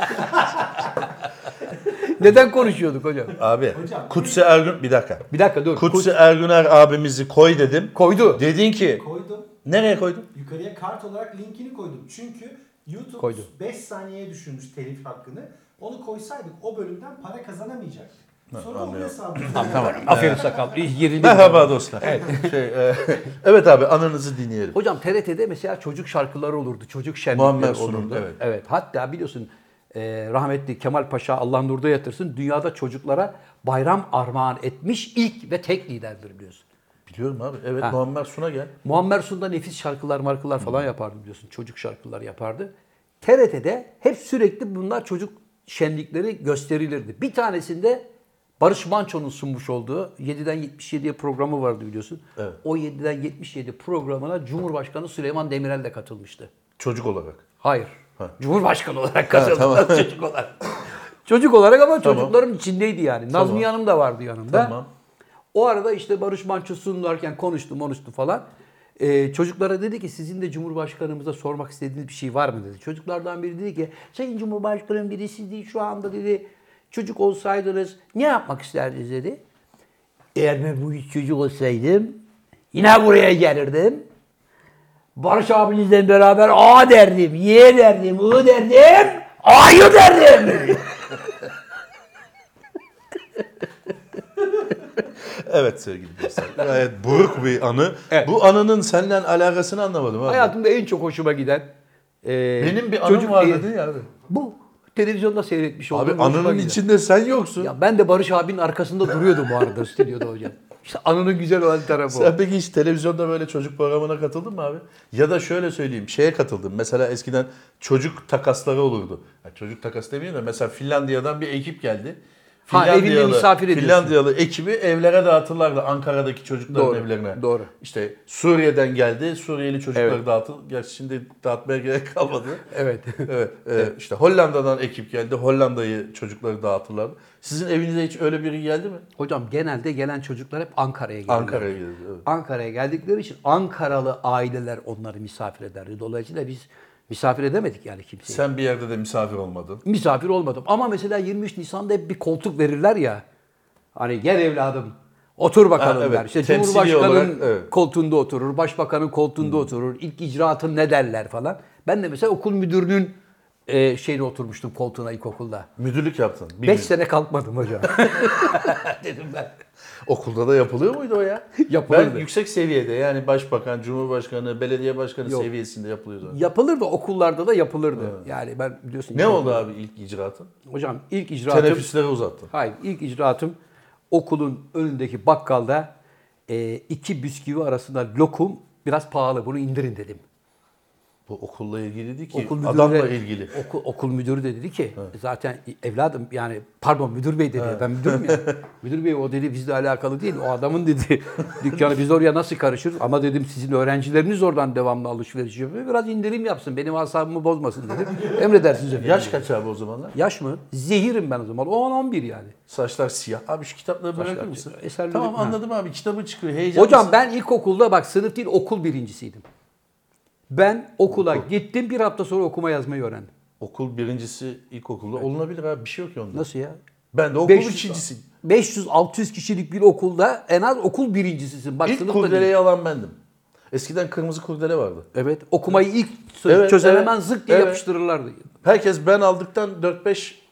[SPEAKER 1] Neden konuşuyorduk hocam?
[SPEAKER 2] Abi
[SPEAKER 3] Hocam,
[SPEAKER 2] Kutsi Ergün bir dakika.
[SPEAKER 1] Bir dakika dur.
[SPEAKER 2] Kutsi
[SPEAKER 1] Kut-
[SPEAKER 2] Ergüner abimizi koy dedim.
[SPEAKER 1] koydu.
[SPEAKER 2] Dedin ki
[SPEAKER 3] Koydum.
[SPEAKER 2] nereye koydun?
[SPEAKER 3] Yukarıya kart olarak linkini koydum. Çünkü YouTube
[SPEAKER 1] Koydu.
[SPEAKER 3] beş saniyeye düşürmüş telif hakkını. Onu koysaydık o bölümden para kazanamayacaktık. Sonra onun
[SPEAKER 2] anlıyorum.
[SPEAKER 3] hesabını.
[SPEAKER 1] Tamam. Aferin Sakal. Yerinde.
[SPEAKER 2] Merhaba dostlar. Evet. Şey, e, evet abi anınızı dinleyelim.
[SPEAKER 1] Hocam T R T'de mesela çocuk şarkıları olurdu. Çocuk şenlikleri
[SPEAKER 2] Muammer Sun'un,
[SPEAKER 1] olurdu.
[SPEAKER 2] evet.
[SPEAKER 1] Evet. Hatta biliyorsun e, rahmetli Kemal Paşa Allah nurda yatırsın. Dünyada çocuklara bayram armağan etmiş ilk ve tek liderdir biliyorsun.
[SPEAKER 2] Biliyorum abi. Evet
[SPEAKER 1] Ha.
[SPEAKER 2] Muammer Sun'a gel.
[SPEAKER 1] Muammer Sun'da nefis şarkılar markılar falan yapardı biliyorsun. Çocuk şarkıları yapardı. T R T'de hep sürekli bunlar çocuk şenlikleri gösterilirdi. Bir tanesinde Barış Manço'nun sunmuş olduğu yediden yetmiş yediye programı vardı biliyorsun.
[SPEAKER 2] Evet.
[SPEAKER 1] O yediden yetmiş yedi programına Cumhurbaşkanı Süleyman Demirel de katılmıştı.
[SPEAKER 2] Çocuk olarak.
[SPEAKER 1] Hayır.
[SPEAKER 2] Ha.
[SPEAKER 1] Cumhurbaşkanı olarak katıldı.
[SPEAKER 2] tamam.
[SPEAKER 1] Çocuk olarak. Çocuk olarak ama
[SPEAKER 2] Tamam.
[SPEAKER 1] çocukların içindeydi yani.
[SPEAKER 2] Tamam.
[SPEAKER 1] Nazmiye Hanım da vardı yanımda.
[SPEAKER 2] Tamam.
[SPEAKER 1] O arada işte Barış Manço sunarken konuştu konuştu falan. Ee, çocuklara dedi ki sizin de Cumhurbaşkanımıza sormak istediğiniz bir şey var mı dedi. Çocuklardan biri dedi ki Sayın Cumhurbaşkanım dedi siz değil şu anda dedi çocuk olsaydınız ne yapmak isterdiniz dedi. Eğer ben bu hiç çocuk olsaydım yine buraya gelirdim. Barış abinizle beraber A derdim, Y derdim, I derdim, A'yı derdim.
[SPEAKER 2] Evet sevgili dostlar. Gayet buruk bir anı.
[SPEAKER 1] Evet.
[SPEAKER 2] Bu anının senden alakasını anlamadım abi.
[SPEAKER 1] Hayatımda en çok hoşuma giden e,
[SPEAKER 2] Benim bir anım
[SPEAKER 1] çocuk
[SPEAKER 2] var
[SPEAKER 1] değil.
[SPEAKER 2] dedin ya abi.
[SPEAKER 1] Bu televizyonda seyretmiş olduğum
[SPEAKER 2] Abi
[SPEAKER 1] hoşuma
[SPEAKER 2] anının
[SPEAKER 1] giden.
[SPEAKER 2] içinde sen yoksun.
[SPEAKER 1] Ya ben de Barış abinin arkasında duruyordum bu arada stüdyoda hocam. İşte anının güzel olan tarafı o.
[SPEAKER 2] Sen peki hiç televizyonda böyle çocuk programına katıldın mı abi? Ya da şöyle söyleyeyim, şeye katıldım. Mesela eskiden çocuk takasları olurdu. Ya çocuk takas demeyeyim de mesela Finlandiya'dan bir ekip geldi.
[SPEAKER 1] Ha, evinde misafir ediyorsun.
[SPEAKER 2] Finlandiyalı ekibi evlere dağıtırlardı Ankara'daki çocukların
[SPEAKER 1] Doğru,
[SPEAKER 2] evlerine.
[SPEAKER 1] doğru.
[SPEAKER 2] İşte Suriye'den geldi, Suriyeli çocukları
[SPEAKER 1] Evet.
[SPEAKER 2] dağıtıl. Gerçi şimdi dağıtmaya gerek kalmadı.
[SPEAKER 1] Evet.
[SPEAKER 2] Evet, e, işte Hollanda'dan ekip geldi, Hollanda'yı çocukları dağıtırlardı. Sizin evinize hiç öyle biri geldi mi?
[SPEAKER 1] Hocam genelde gelen çocuklar hep Ankara'ya gelirler.
[SPEAKER 2] Ankara'ya geldi. Evet.
[SPEAKER 1] Ankara'ya geldikleri için Ankaralı aileler onları misafir ederdi. Dolayısıyla biz misafir edemedik yani kimseyi.
[SPEAKER 2] Sen bir yerde de misafir olmadın.
[SPEAKER 1] Misafir olmadım. Ama mesela yirmi üç Nisan'da hep bir koltuk verirler ya. Hani gel evladım otur bakalım
[SPEAKER 2] Ha, evet.
[SPEAKER 1] der. İşte
[SPEAKER 2] Temsili
[SPEAKER 1] Cumhurbaşkanının
[SPEAKER 2] olarak, evet.
[SPEAKER 1] koltuğunda oturur, başbakanın koltuğunda oturur, ilk icraatın ne derler falan. Ben de mesela okul müdürünün e, şeyine oturmuştum koltuğuna ilkokulda.
[SPEAKER 2] Müdürlük yaptın. Bir
[SPEAKER 1] Beş
[SPEAKER 2] gün.
[SPEAKER 1] sene kalkmadım hocam. Dedim ben.
[SPEAKER 2] Okulda da yapılıyor muydu o ya?
[SPEAKER 1] Yapılırdı.
[SPEAKER 2] Ben yüksek seviyede yani başbakan, cumhurbaşkanı, belediye başkanı
[SPEAKER 1] Yok.
[SPEAKER 2] seviyesinde yapılıyordu.
[SPEAKER 1] Yapılır da okullarda da yapılırdı. Yani ben biliyorsun.
[SPEAKER 2] Ne
[SPEAKER 1] ilkokul-
[SPEAKER 2] oldu abi ilk icraatın?
[SPEAKER 1] Hocam ilk icraatım.
[SPEAKER 2] Teneffüsleri uzattın.
[SPEAKER 1] Hayır, ilk icraatım okulun önündeki bakkalda e, iki bisküvi arasında lokum biraz pahalı bunu indirin dedim.
[SPEAKER 2] Bu okulla ilgili değil ki,
[SPEAKER 1] Okul müdürü
[SPEAKER 2] adamla
[SPEAKER 1] de-
[SPEAKER 2] ilgili.
[SPEAKER 1] Okul, okul müdürü de dedi ki zaten evladım yani pardon müdür bey dedi. Ben müdürüm ya. Müdür bey o dedi bizle alakalı değil. O adamın dedi dükkanı biz oraya nasıl karışır? Ama dedim sizin öğrencileriniz oradan devamlı alışveriş yapıyor. Biraz indirim yapsın. Benim asabımı bozmasın dedim. Emredersiniz efendim.
[SPEAKER 2] Yaş kaç abi o zamanlar?
[SPEAKER 1] Yaş mı? Zehirim ben o zaman. on on bir yani.
[SPEAKER 2] Saçlar siyah. Abi şu kitapları bırakır
[SPEAKER 1] Saçlar
[SPEAKER 2] mısın?
[SPEAKER 1] siyah. Eserleri-
[SPEAKER 2] Tamam
[SPEAKER 1] Ha.
[SPEAKER 2] anladım abi. Kitabı çıkıyor. Heyecanlısın.
[SPEAKER 1] Hocam ben ilkokulda bak sınıf değil okul birincisiydim. Ben okula gittim bir hafta sonra okuma yazmayı öğrendim.
[SPEAKER 2] Okul birincisi ilkokulda olunabilir abi. Bir şey yok ki onda.
[SPEAKER 1] Nasıl ya?
[SPEAKER 2] Ben de okul
[SPEAKER 1] beş yüz
[SPEAKER 2] ikincisiyim.
[SPEAKER 1] beş yüz altı yüz kişilik bir okulda en az okul birincisisin. Bak
[SPEAKER 2] İlk
[SPEAKER 1] sınıfta değil.
[SPEAKER 2] kurdeleyi alan bendim. Eskiden kırmızı kurdele vardı.
[SPEAKER 1] Evet okumayı ilk
[SPEAKER 2] Evet,
[SPEAKER 1] çözememen
[SPEAKER 2] evet,
[SPEAKER 1] zık diye
[SPEAKER 2] evet.
[SPEAKER 1] yapıştırırlardı.
[SPEAKER 2] Herkes ben aldıktan dört beş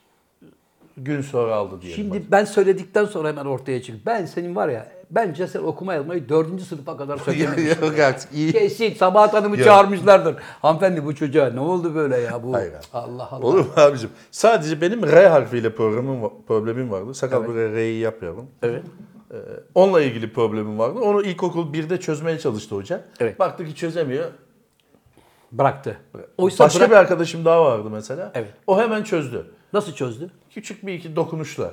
[SPEAKER 2] gün sonra aldı diye.
[SPEAKER 1] Şimdi ben söyledikten sonra hemen ortaya çıktı. Ben senin var ya bence sen okuma yazmayı dördüncü sınıfa kadar söylememişsin.
[SPEAKER 2] Yok artık iyi.
[SPEAKER 1] Kesin Sabahat Hanım'ı
[SPEAKER 2] Yok.
[SPEAKER 1] çağırmışlardır. Hanımefendi bu çocuğa ne oldu böyle ya bu?
[SPEAKER 2] Hayır abi.
[SPEAKER 1] Allah Allah.
[SPEAKER 2] Olur mu abicim? Sadece benim R harfiyle programım va- problemim vardı. Sakal buraya R'yi yapmayalım.
[SPEAKER 1] Evet.
[SPEAKER 2] Ee, onunla ilgili problemim vardı. Onu ilkokul birde çözmeye çalıştı hoca.
[SPEAKER 1] Evet.
[SPEAKER 2] Baktı ki çözemiyor.
[SPEAKER 1] Bıraktı. Oysa
[SPEAKER 2] Başka
[SPEAKER 1] bırak-
[SPEAKER 2] bir arkadaşım daha vardı mesela.
[SPEAKER 1] Evet.
[SPEAKER 2] O hemen çözdü.
[SPEAKER 1] Nasıl çözdü?
[SPEAKER 2] Küçük bir iki dokunuşla.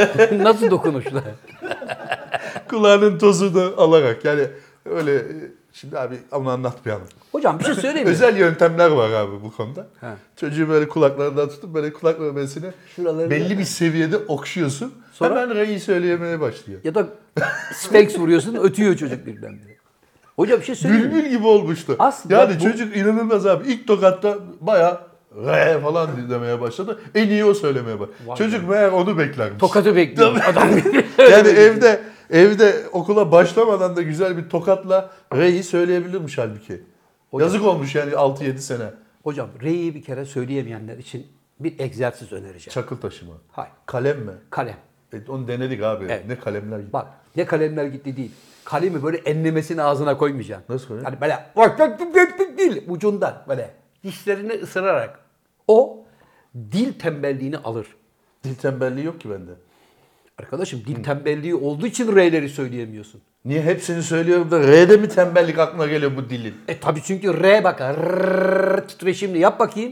[SPEAKER 1] Nasıl dokunuşla?
[SPEAKER 2] Kulağının tozunu alarak yani öyle Şimdi abi onu anlatmayalım.
[SPEAKER 1] Hocam bir şey söyleyeyim mi?
[SPEAKER 2] Özel yöntemler var abi bu konuda.
[SPEAKER 1] He.
[SPEAKER 2] Çocuğu böyle kulaklarından tutup böyle kulak memesine
[SPEAKER 1] Şuraları-
[SPEAKER 2] belli bir seviyede okşuyorsun.
[SPEAKER 1] Sonra-
[SPEAKER 2] Hemen reyi söyleyemeye başlıyor.
[SPEAKER 1] Ya da Sphinx vuruyorsun ötüyor çocuk birdenbire. Hocam bir şey söyleyeyim mi?
[SPEAKER 2] Bülbül gibi olmuştu.
[SPEAKER 1] Aslında
[SPEAKER 2] yani
[SPEAKER 1] bu-
[SPEAKER 2] çocuk inanılmaz abi. İlk tokatta bayağı re falan demeye başladı. En iyi o söylemeye başladı.
[SPEAKER 1] Vay
[SPEAKER 2] Çocuk meğer onu beklermiş.
[SPEAKER 1] Tokatı bekliyor adam.
[SPEAKER 2] Yani evde evde okula başlamadan da güzel bir tokatla reyi söyleyebilirmiş halbuki.
[SPEAKER 1] Hocam-
[SPEAKER 2] Yazık olmuş yani altı yedi sene.
[SPEAKER 1] Hocam R'yi bir kere söyleyemeyenler için bir egzersiz önereceğim.
[SPEAKER 2] Çakıl taşı mı?
[SPEAKER 1] Hayır.
[SPEAKER 2] Kalem mi?
[SPEAKER 1] Kalem.
[SPEAKER 2] Evet, onu denedik abi.
[SPEAKER 1] Evet.
[SPEAKER 2] Ne kalemler gitti.
[SPEAKER 1] Bak ne kalemler gitti değil. Kalemi böyle enlemesini ağzına koymayacaksın.
[SPEAKER 2] Nasıl koyuyor?
[SPEAKER 1] Hani böyle bak bak bak bak bak değil ucundan böyle dişlerini ısırarak o dil tembelliğini alır.
[SPEAKER 2] Dil tembelliği yok ki bende.
[SPEAKER 1] Arkadaşım dil tembelliği olduğu için R'leri söyleyemiyorsun.
[SPEAKER 2] Niye hepsini söylüyorum da R'de mi tembellik aklına geliyor bu dilin?
[SPEAKER 1] E tabii çünkü R bak rrrr titreşimli yap bakayım.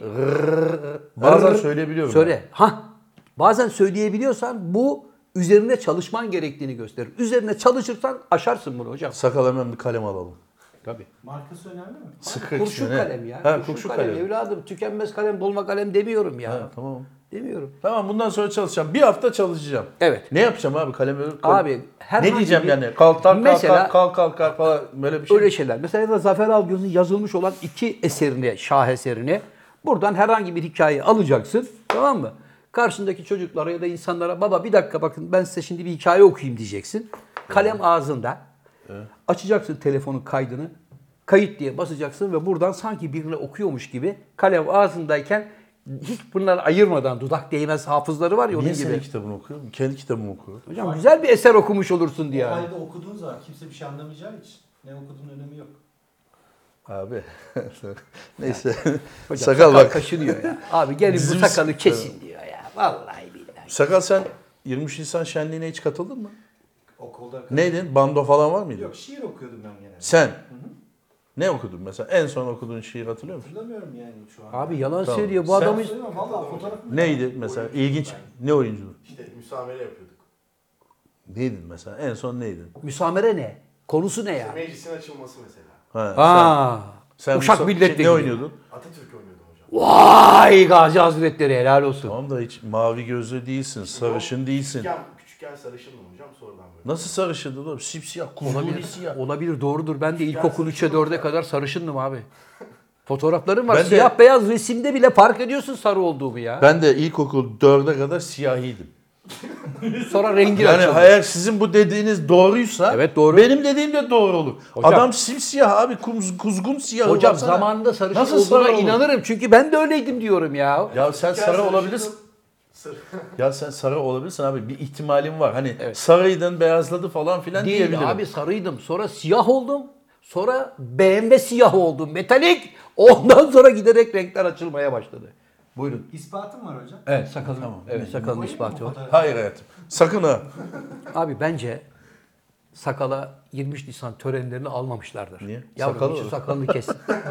[SPEAKER 2] Bazen
[SPEAKER 1] Rrrr.
[SPEAKER 2] söyleyebiliyorum.
[SPEAKER 1] Söyle. Ha. Bazen söyleyebiliyorsan bu üzerine çalışman gerektiğini gösterir. Üzerine çalışırsan aşarsın bunu hocam.
[SPEAKER 2] Sakal hemen bir kalem alalım.
[SPEAKER 1] Tabii.
[SPEAKER 3] Markası önemli mi?
[SPEAKER 2] Sıkı
[SPEAKER 1] Kurşun
[SPEAKER 2] ne?
[SPEAKER 1] kalem ya.
[SPEAKER 2] Ha,
[SPEAKER 1] kurşun,
[SPEAKER 2] kurşun
[SPEAKER 1] kalem.
[SPEAKER 2] kalem.
[SPEAKER 1] Evladım tükenmez kalem, dolma kalem demiyorum ya.
[SPEAKER 2] Ha, tamam.
[SPEAKER 1] Demiyorum.
[SPEAKER 2] Tamam bundan sonra çalışacağım. Bir hafta çalışacağım.
[SPEAKER 1] Evet.
[SPEAKER 2] Ne yapacağım abi kalemi?
[SPEAKER 1] Abi, herhangi
[SPEAKER 2] ne diyeceğim
[SPEAKER 1] bir-
[SPEAKER 2] yani? Kalk kalk
[SPEAKER 1] Mesela-
[SPEAKER 2] kalk kalk kalk kalk falan böyle bir şey.
[SPEAKER 1] Öyle şeyler. Mesela ya da Zafer Algöz'ün yazılmış olan iki eserini, şaheserini buradan herhangi bir hikayeyi alacaksın. Tamam mı? Karşındaki çocuklara ya da insanlara baba bir dakika bakın ben size şimdi bir hikaye okuyayım diyeceksin. Kalem ağzında. Açacaksın telefonun kaydını. Kayıt diye basacaksın ve buradan sanki birine okuyormuş gibi kalem ağzındayken hiç bunları ayırmadan dudak değmez hafızları var ya onun
[SPEAKER 2] Niye
[SPEAKER 1] gibi.
[SPEAKER 2] senin kitabını okuyorum? Kendi kitabımı okuyorum.
[SPEAKER 1] Hocam güzel bir eser okumuş olursun diye.
[SPEAKER 3] O
[SPEAKER 1] yani.
[SPEAKER 3] halde okuduğun zaman kimse bir şey anlamayacağı için ne okuduğun önemi yok.
[SPEAKER 2] Abi. Neyse.
[SPEAKER 1] Hocam
[SPEAKER 2] sakal
[SPEAKER 1] sakal
[SPEAKER 2] bak.
[SPEAKER 1] kaşınıyor ya. Abi gelin bu
[SPEAKER 2] Dizimiz-
[SPEAKER 1] sakalı kesin diyor ya. Vallahi billahi.
[SPEAKER 2] Sakal sen yirmi üç Nisan şenliğine hiç katıldın mı?
[SPEAKER 3] Okulda
[SPEAKER 2] Neydin? Bando falan var mıydı?
[SPEAKER 3] Yok şiir okuyordum ben genelde.
[SPEAKER 2] Sen? Ne okudun mesela? En son okuduğun şiir hatırlıyor musun?
[SPEAKER 3] Hatırlamıyorum yani şu an.
[SPEAKER 1] Abi yalan
[SPEAKER 2] Tamam.
[SPEAKER 1] söylüyor. Bu
[SPEAKER 2] Sen-
[SPEAKER 1] adamı
[SPEAKER 3] Hatırlamıyorum valla fotoğrafım.
[SPEAKER 2] Neydi mesela? İlginç. Ne oyunculuğu?
[SPEAKER 4] İşte müsamere yapıyorduk.
[SPEAKER 2] Neydin mesela? En son neydin?
[SPEAKER 1] müsamere ne? Konusu ne ya?
[SPEAKER 4] Meclisin açılması mesela.
[SPEAKER 2] Ha,
[SPEAKER 1] Aa.
[SPEAKER 2] sen, sen
[SPEAKER 1] Uşak
[SPEAKER 2] bu-
[SPEAKER 1] milletvekili.
[SPEAKER 2] Ne oynuyordun?
[SPEAKER 4] Atatürk oynuyordum hocam.
[SPEAKER 1] Vay Gazi Hazretleri helal olsun.
[SPEAKER 2] Tamam da hiç mavi gözlü değilsin, sarışın değilsin.
[SPEAKER 4] Küçükken, küçükken sarışındım hocam sonradan böyle.
[SPEAKER 2] Nasıl sarışındın oğlum? Sipsiyah, kuzguni
[SPEAKER 1] Olabilir,
[SPEAKER 2] siyah.
[SPEAKER 1] olabilir doğrudur. Ben de ilkokul üçe dörde kadar sarışındım abi. Fotoğraflarım var.
[SPEAKER 2] Ben de-
[SPEAKER 1] Siyah beyaz resimde bile fark ediyorsun sarı olduğumu ya.
[SPEAKER 2] Ben de ilkokul dörde kadar siyahiydim.
[SPEAKER 1] Sonra rengi
[SPEAKER 2] Yani
[SPEAKER 1] açıldı.
[SPEAKER 2] eğer sizin bu dediğiniz doğruysa
[SPEAKER 1] Evet, doğru.
[SPEAKER 2] benim dediğim de doğru olur.
[SPEAKER 1] Hocam-
[SPEAKER 2] Adam simsiyah abi, kuz, kuzgun siyahı.
[SPEAKER 1] Hocam
[SPEAKER 2] baksana.
[SPEAKER 1] zamanında sarışın
[SPEAKER 2] Nasıl
[SPEAKER 1] olduğuna
[SPEAKER 2] sarı olur?
[SPEAKER 1] inanırım. Çünkü ben de öyleydim diyorum ya.
[SPEAKER 2] Ya sen
[SPEAKER 4] Küçükken
[SPEAKER 2] sarı
[SPEAKER 4] sarışındım.
[SPEAKER 2] olabilirsin.
[SPEAKER 4] Sır.
[SPEAKER 2] Ya sen sarı olabilirsin abi. Bir ihtimalin var. Hani
[SPEAKER 1] Evet.
[SPEAKER 2] sarıydın, beyazladı falan filan
[SPEAKER 1] Değil
[SPEAKER 2] diyebilirim.
[SPEAKER 1] abi sarıydım. Sonra siyah oldum. Sonra B M W siyah oldum. Metalik. Ondan sonra giderek renkler açılmaya başladı. Buyurun.
[SPEAKER 3] İspatım var hocam.
[SPEAKER 1] Evet sakalın. Evet sakalın ispatı var.
[SPEAKER 2] Hayır hayatım. Sakın ha.
[SPEAKER 1] Abi bence sakala yirmi üç Nisan törenlerini almamışlardır.
[SPEAKER 2] Niye?
[SPEAKER 1] Yavrum
[SPEAKER 2] Sakalı
[SPEAKER 1] şu
[SPEAKER 2] mı?
[SPEAKER 1] sakalını kes.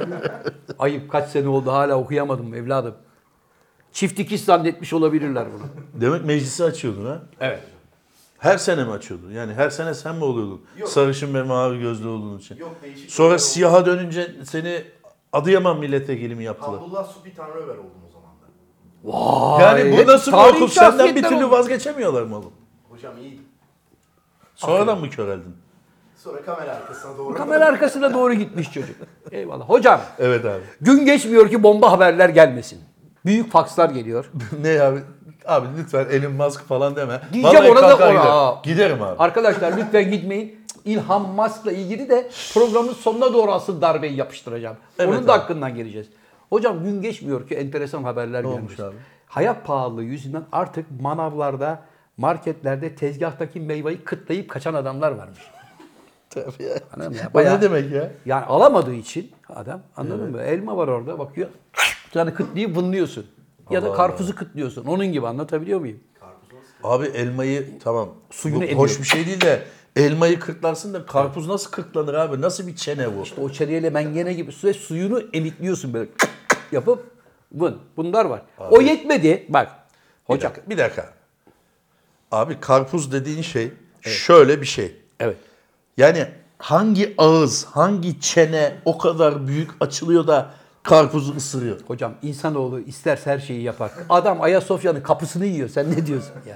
[SPEAKER 1] Ayıp kaç sene oldu hala okuyamadım evladım. Çift dikiş zannetmiş olabilirler bunu.
[SPEAKER 2] Demek meclisi açıyordun ha?
[SPEAKER 1] Evet.
[SPEAKER 2] Her sene mi açıyordun? Yani her sene sen mi oluyordun?
[SPEAKER 4] Yok.
[SPEAKER 2] Sarışın ve mavi gözlü olduğun için.
[SPEAKER 4] Yok değişik.
[SPEAKER 2] Sonra
[SPEAKER 4] şeyler
[SPEAKER 2] siyaha dönünce seni Adıyaman milletvekili mi
[SPEAKER 4] oldu.
[SPEAKER 2] yaptılar?
[SPEAKER 4] Hamdullah Supi Tanrıver oldum o zaman da.
[SPEAKER 1] Vay,
[SPEAKER 2] Yani bu
[SPEAKER 1] hep
[SPEAKER 2] nasıl bir
[SPEAKER 1] tarihi
[SPEAKER 2] okul? Senden bir
[SPEAKER 1] şahsiyetler
[SPEAKER 2] türlü
[SPEAKER 1] oldu.
[SPEAKER 2] vazgeçemiyorlar mı oğlum?
[SPEAKER 4] Hocam iyiydi.
[SPEAKER 2] Sonradan mı köreldin?
[SPEAKER 4] Sonra kamera arkasına doğru.
[SPEAKER 1] Kamera arkasına doğru gitmiş çocuk. Eyvallah. Hocam
[SPEAKER 2] Evet abi.
[SPEAKER 1] gün geçmiyor ki bomba haberler gelmesin. Büyük fakslar geliyor.
[SPEAKER 2] Ne abi? Abi lütfen Elon Musk falan deme.
[SPEAKER 1] Diyeceğim,
[SPEAKER 2] Vallahi
[SPEAKER 1] ona da-
[SPEAKER 2] kalkar
[SPEAKER 1] ona-
[SPEAKER 2] giderim. Giderim abi.
[SPEAKER 1] Arkadaşlar lütfen gitmeyin. İlhan Musk'la ilgili de programın sonuna doğru asıl darbeyi yapıştıracağım.
[SPEAKER 2] Evet
[SPEAKER 1] Onun da
[SPEAKER 2] abi.
[SPEAKER 1] hakkından geleceğiz. Hocam gün geçmiyor ki enteresan haberler
[SPEAKER 2] Ne
[SPEAKER 1] gelmiş.
[SPEAKER 2] olmuş abi?
[SPEAKER 1] Hayat pahalılığı yüzünden artık manavlarda, marketlerde tezgahtaki meyveyi kıtlayıp kaçan adamlar varmış.
[SPEAKER 2] Tabii ya.
[SPEAKER 1] Anladın mı? ya?
[SPEAKER 2] O
[SPEAKER 1] Bayağı-
[SPEAKER 2] ne demek ya?
[SPEAKER 1] Yani alamadığı için adam anladın mı? Elma var orada bakıyor. Yani kıtlayıp vınlıyorsun. Ya da
[SPEAKER 2] Allah
[SPEAKER 1] karpuzu kıtlıyorsun. Onun gibi anlatabiliyor muyum?
[SPEAKER 2] Abi elmayı tamam.
[SPEAKER 1] Suyunu
[SPEAKER 2] Bu
[SPEAKER 1] emiyor.
[SPEAKER 2] hoş bir şey değil de elmayı kırtlarsın da karpuz nasıl kırtlanır abi? Nasıl bir çene bu?
[SPEAKER 1] İşte o çeriyeyle mengene gibi su suyunu emikliyorsun böyle yapıp vın. Bunlar var. O yetmedi. Bak.
[SPEAKER 2] Bir
[SPEAKER 1] Hocam.
[SPEAKER 2] dakika, bir dakika. Abi karpuz dediğin şey şöyle bir şey.
[SPEAKER 1] Evet.
[SPEAKER 2] Yani hangi ağız, hangi çene o kadar büyük açılıyor da karpuzu ısırıyor?
[SPEAKER 1] Hocam insanoğlu isterse her şeyi yapar. Adam Ayasofya'nın kapısını yiyor. Sen ne diyorsun ya?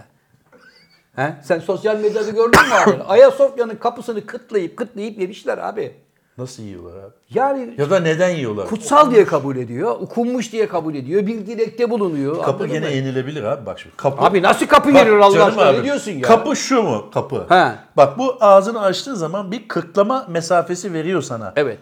[SPEAKER 1] He? Sen sosyal medyada gördün mü abi? Ayasofya'nın kapısını kıtlayıp kıtlayıp yemişler abi.
[SPEAKER 2] Nasıl yiyorlar abi?
[SPEAKER 1] Yani
[SPEAKER 2] Ya da neden yiyorlar?
[SPEAKER 1] kutsal diye kabul ediyor, okunmuş diye kabul ediyor, bir dilekte bulunuyor.
[SPEAKER 2] Kapı
[SPEAKER 1] Anladın
[SPEAKER 2] gene
[SPEAKER 1] mı?
[SPEAKER 2] yenilebilir abi bak şimdi. Kapı.
[SPEAKER 1] Abi nasıl kapı
[SPEAKER 2] Bak
[SPEAKER 1] yenir Allah
[SPEAKER 2] canım
[SPEAKER 1] aşkına
[SPEAKER 2] abi,
[SPEAKER 1] ne diyorsun ya?
[SPEAKER 2] Kapı şu mu? Kapı.
[SPEAKER 1] He.
[SPEAKER 2] Bak bu ağzını açtığı zaman bir kırtlama mesafesi veriyor sana.
[SPEAKER 1] Evet.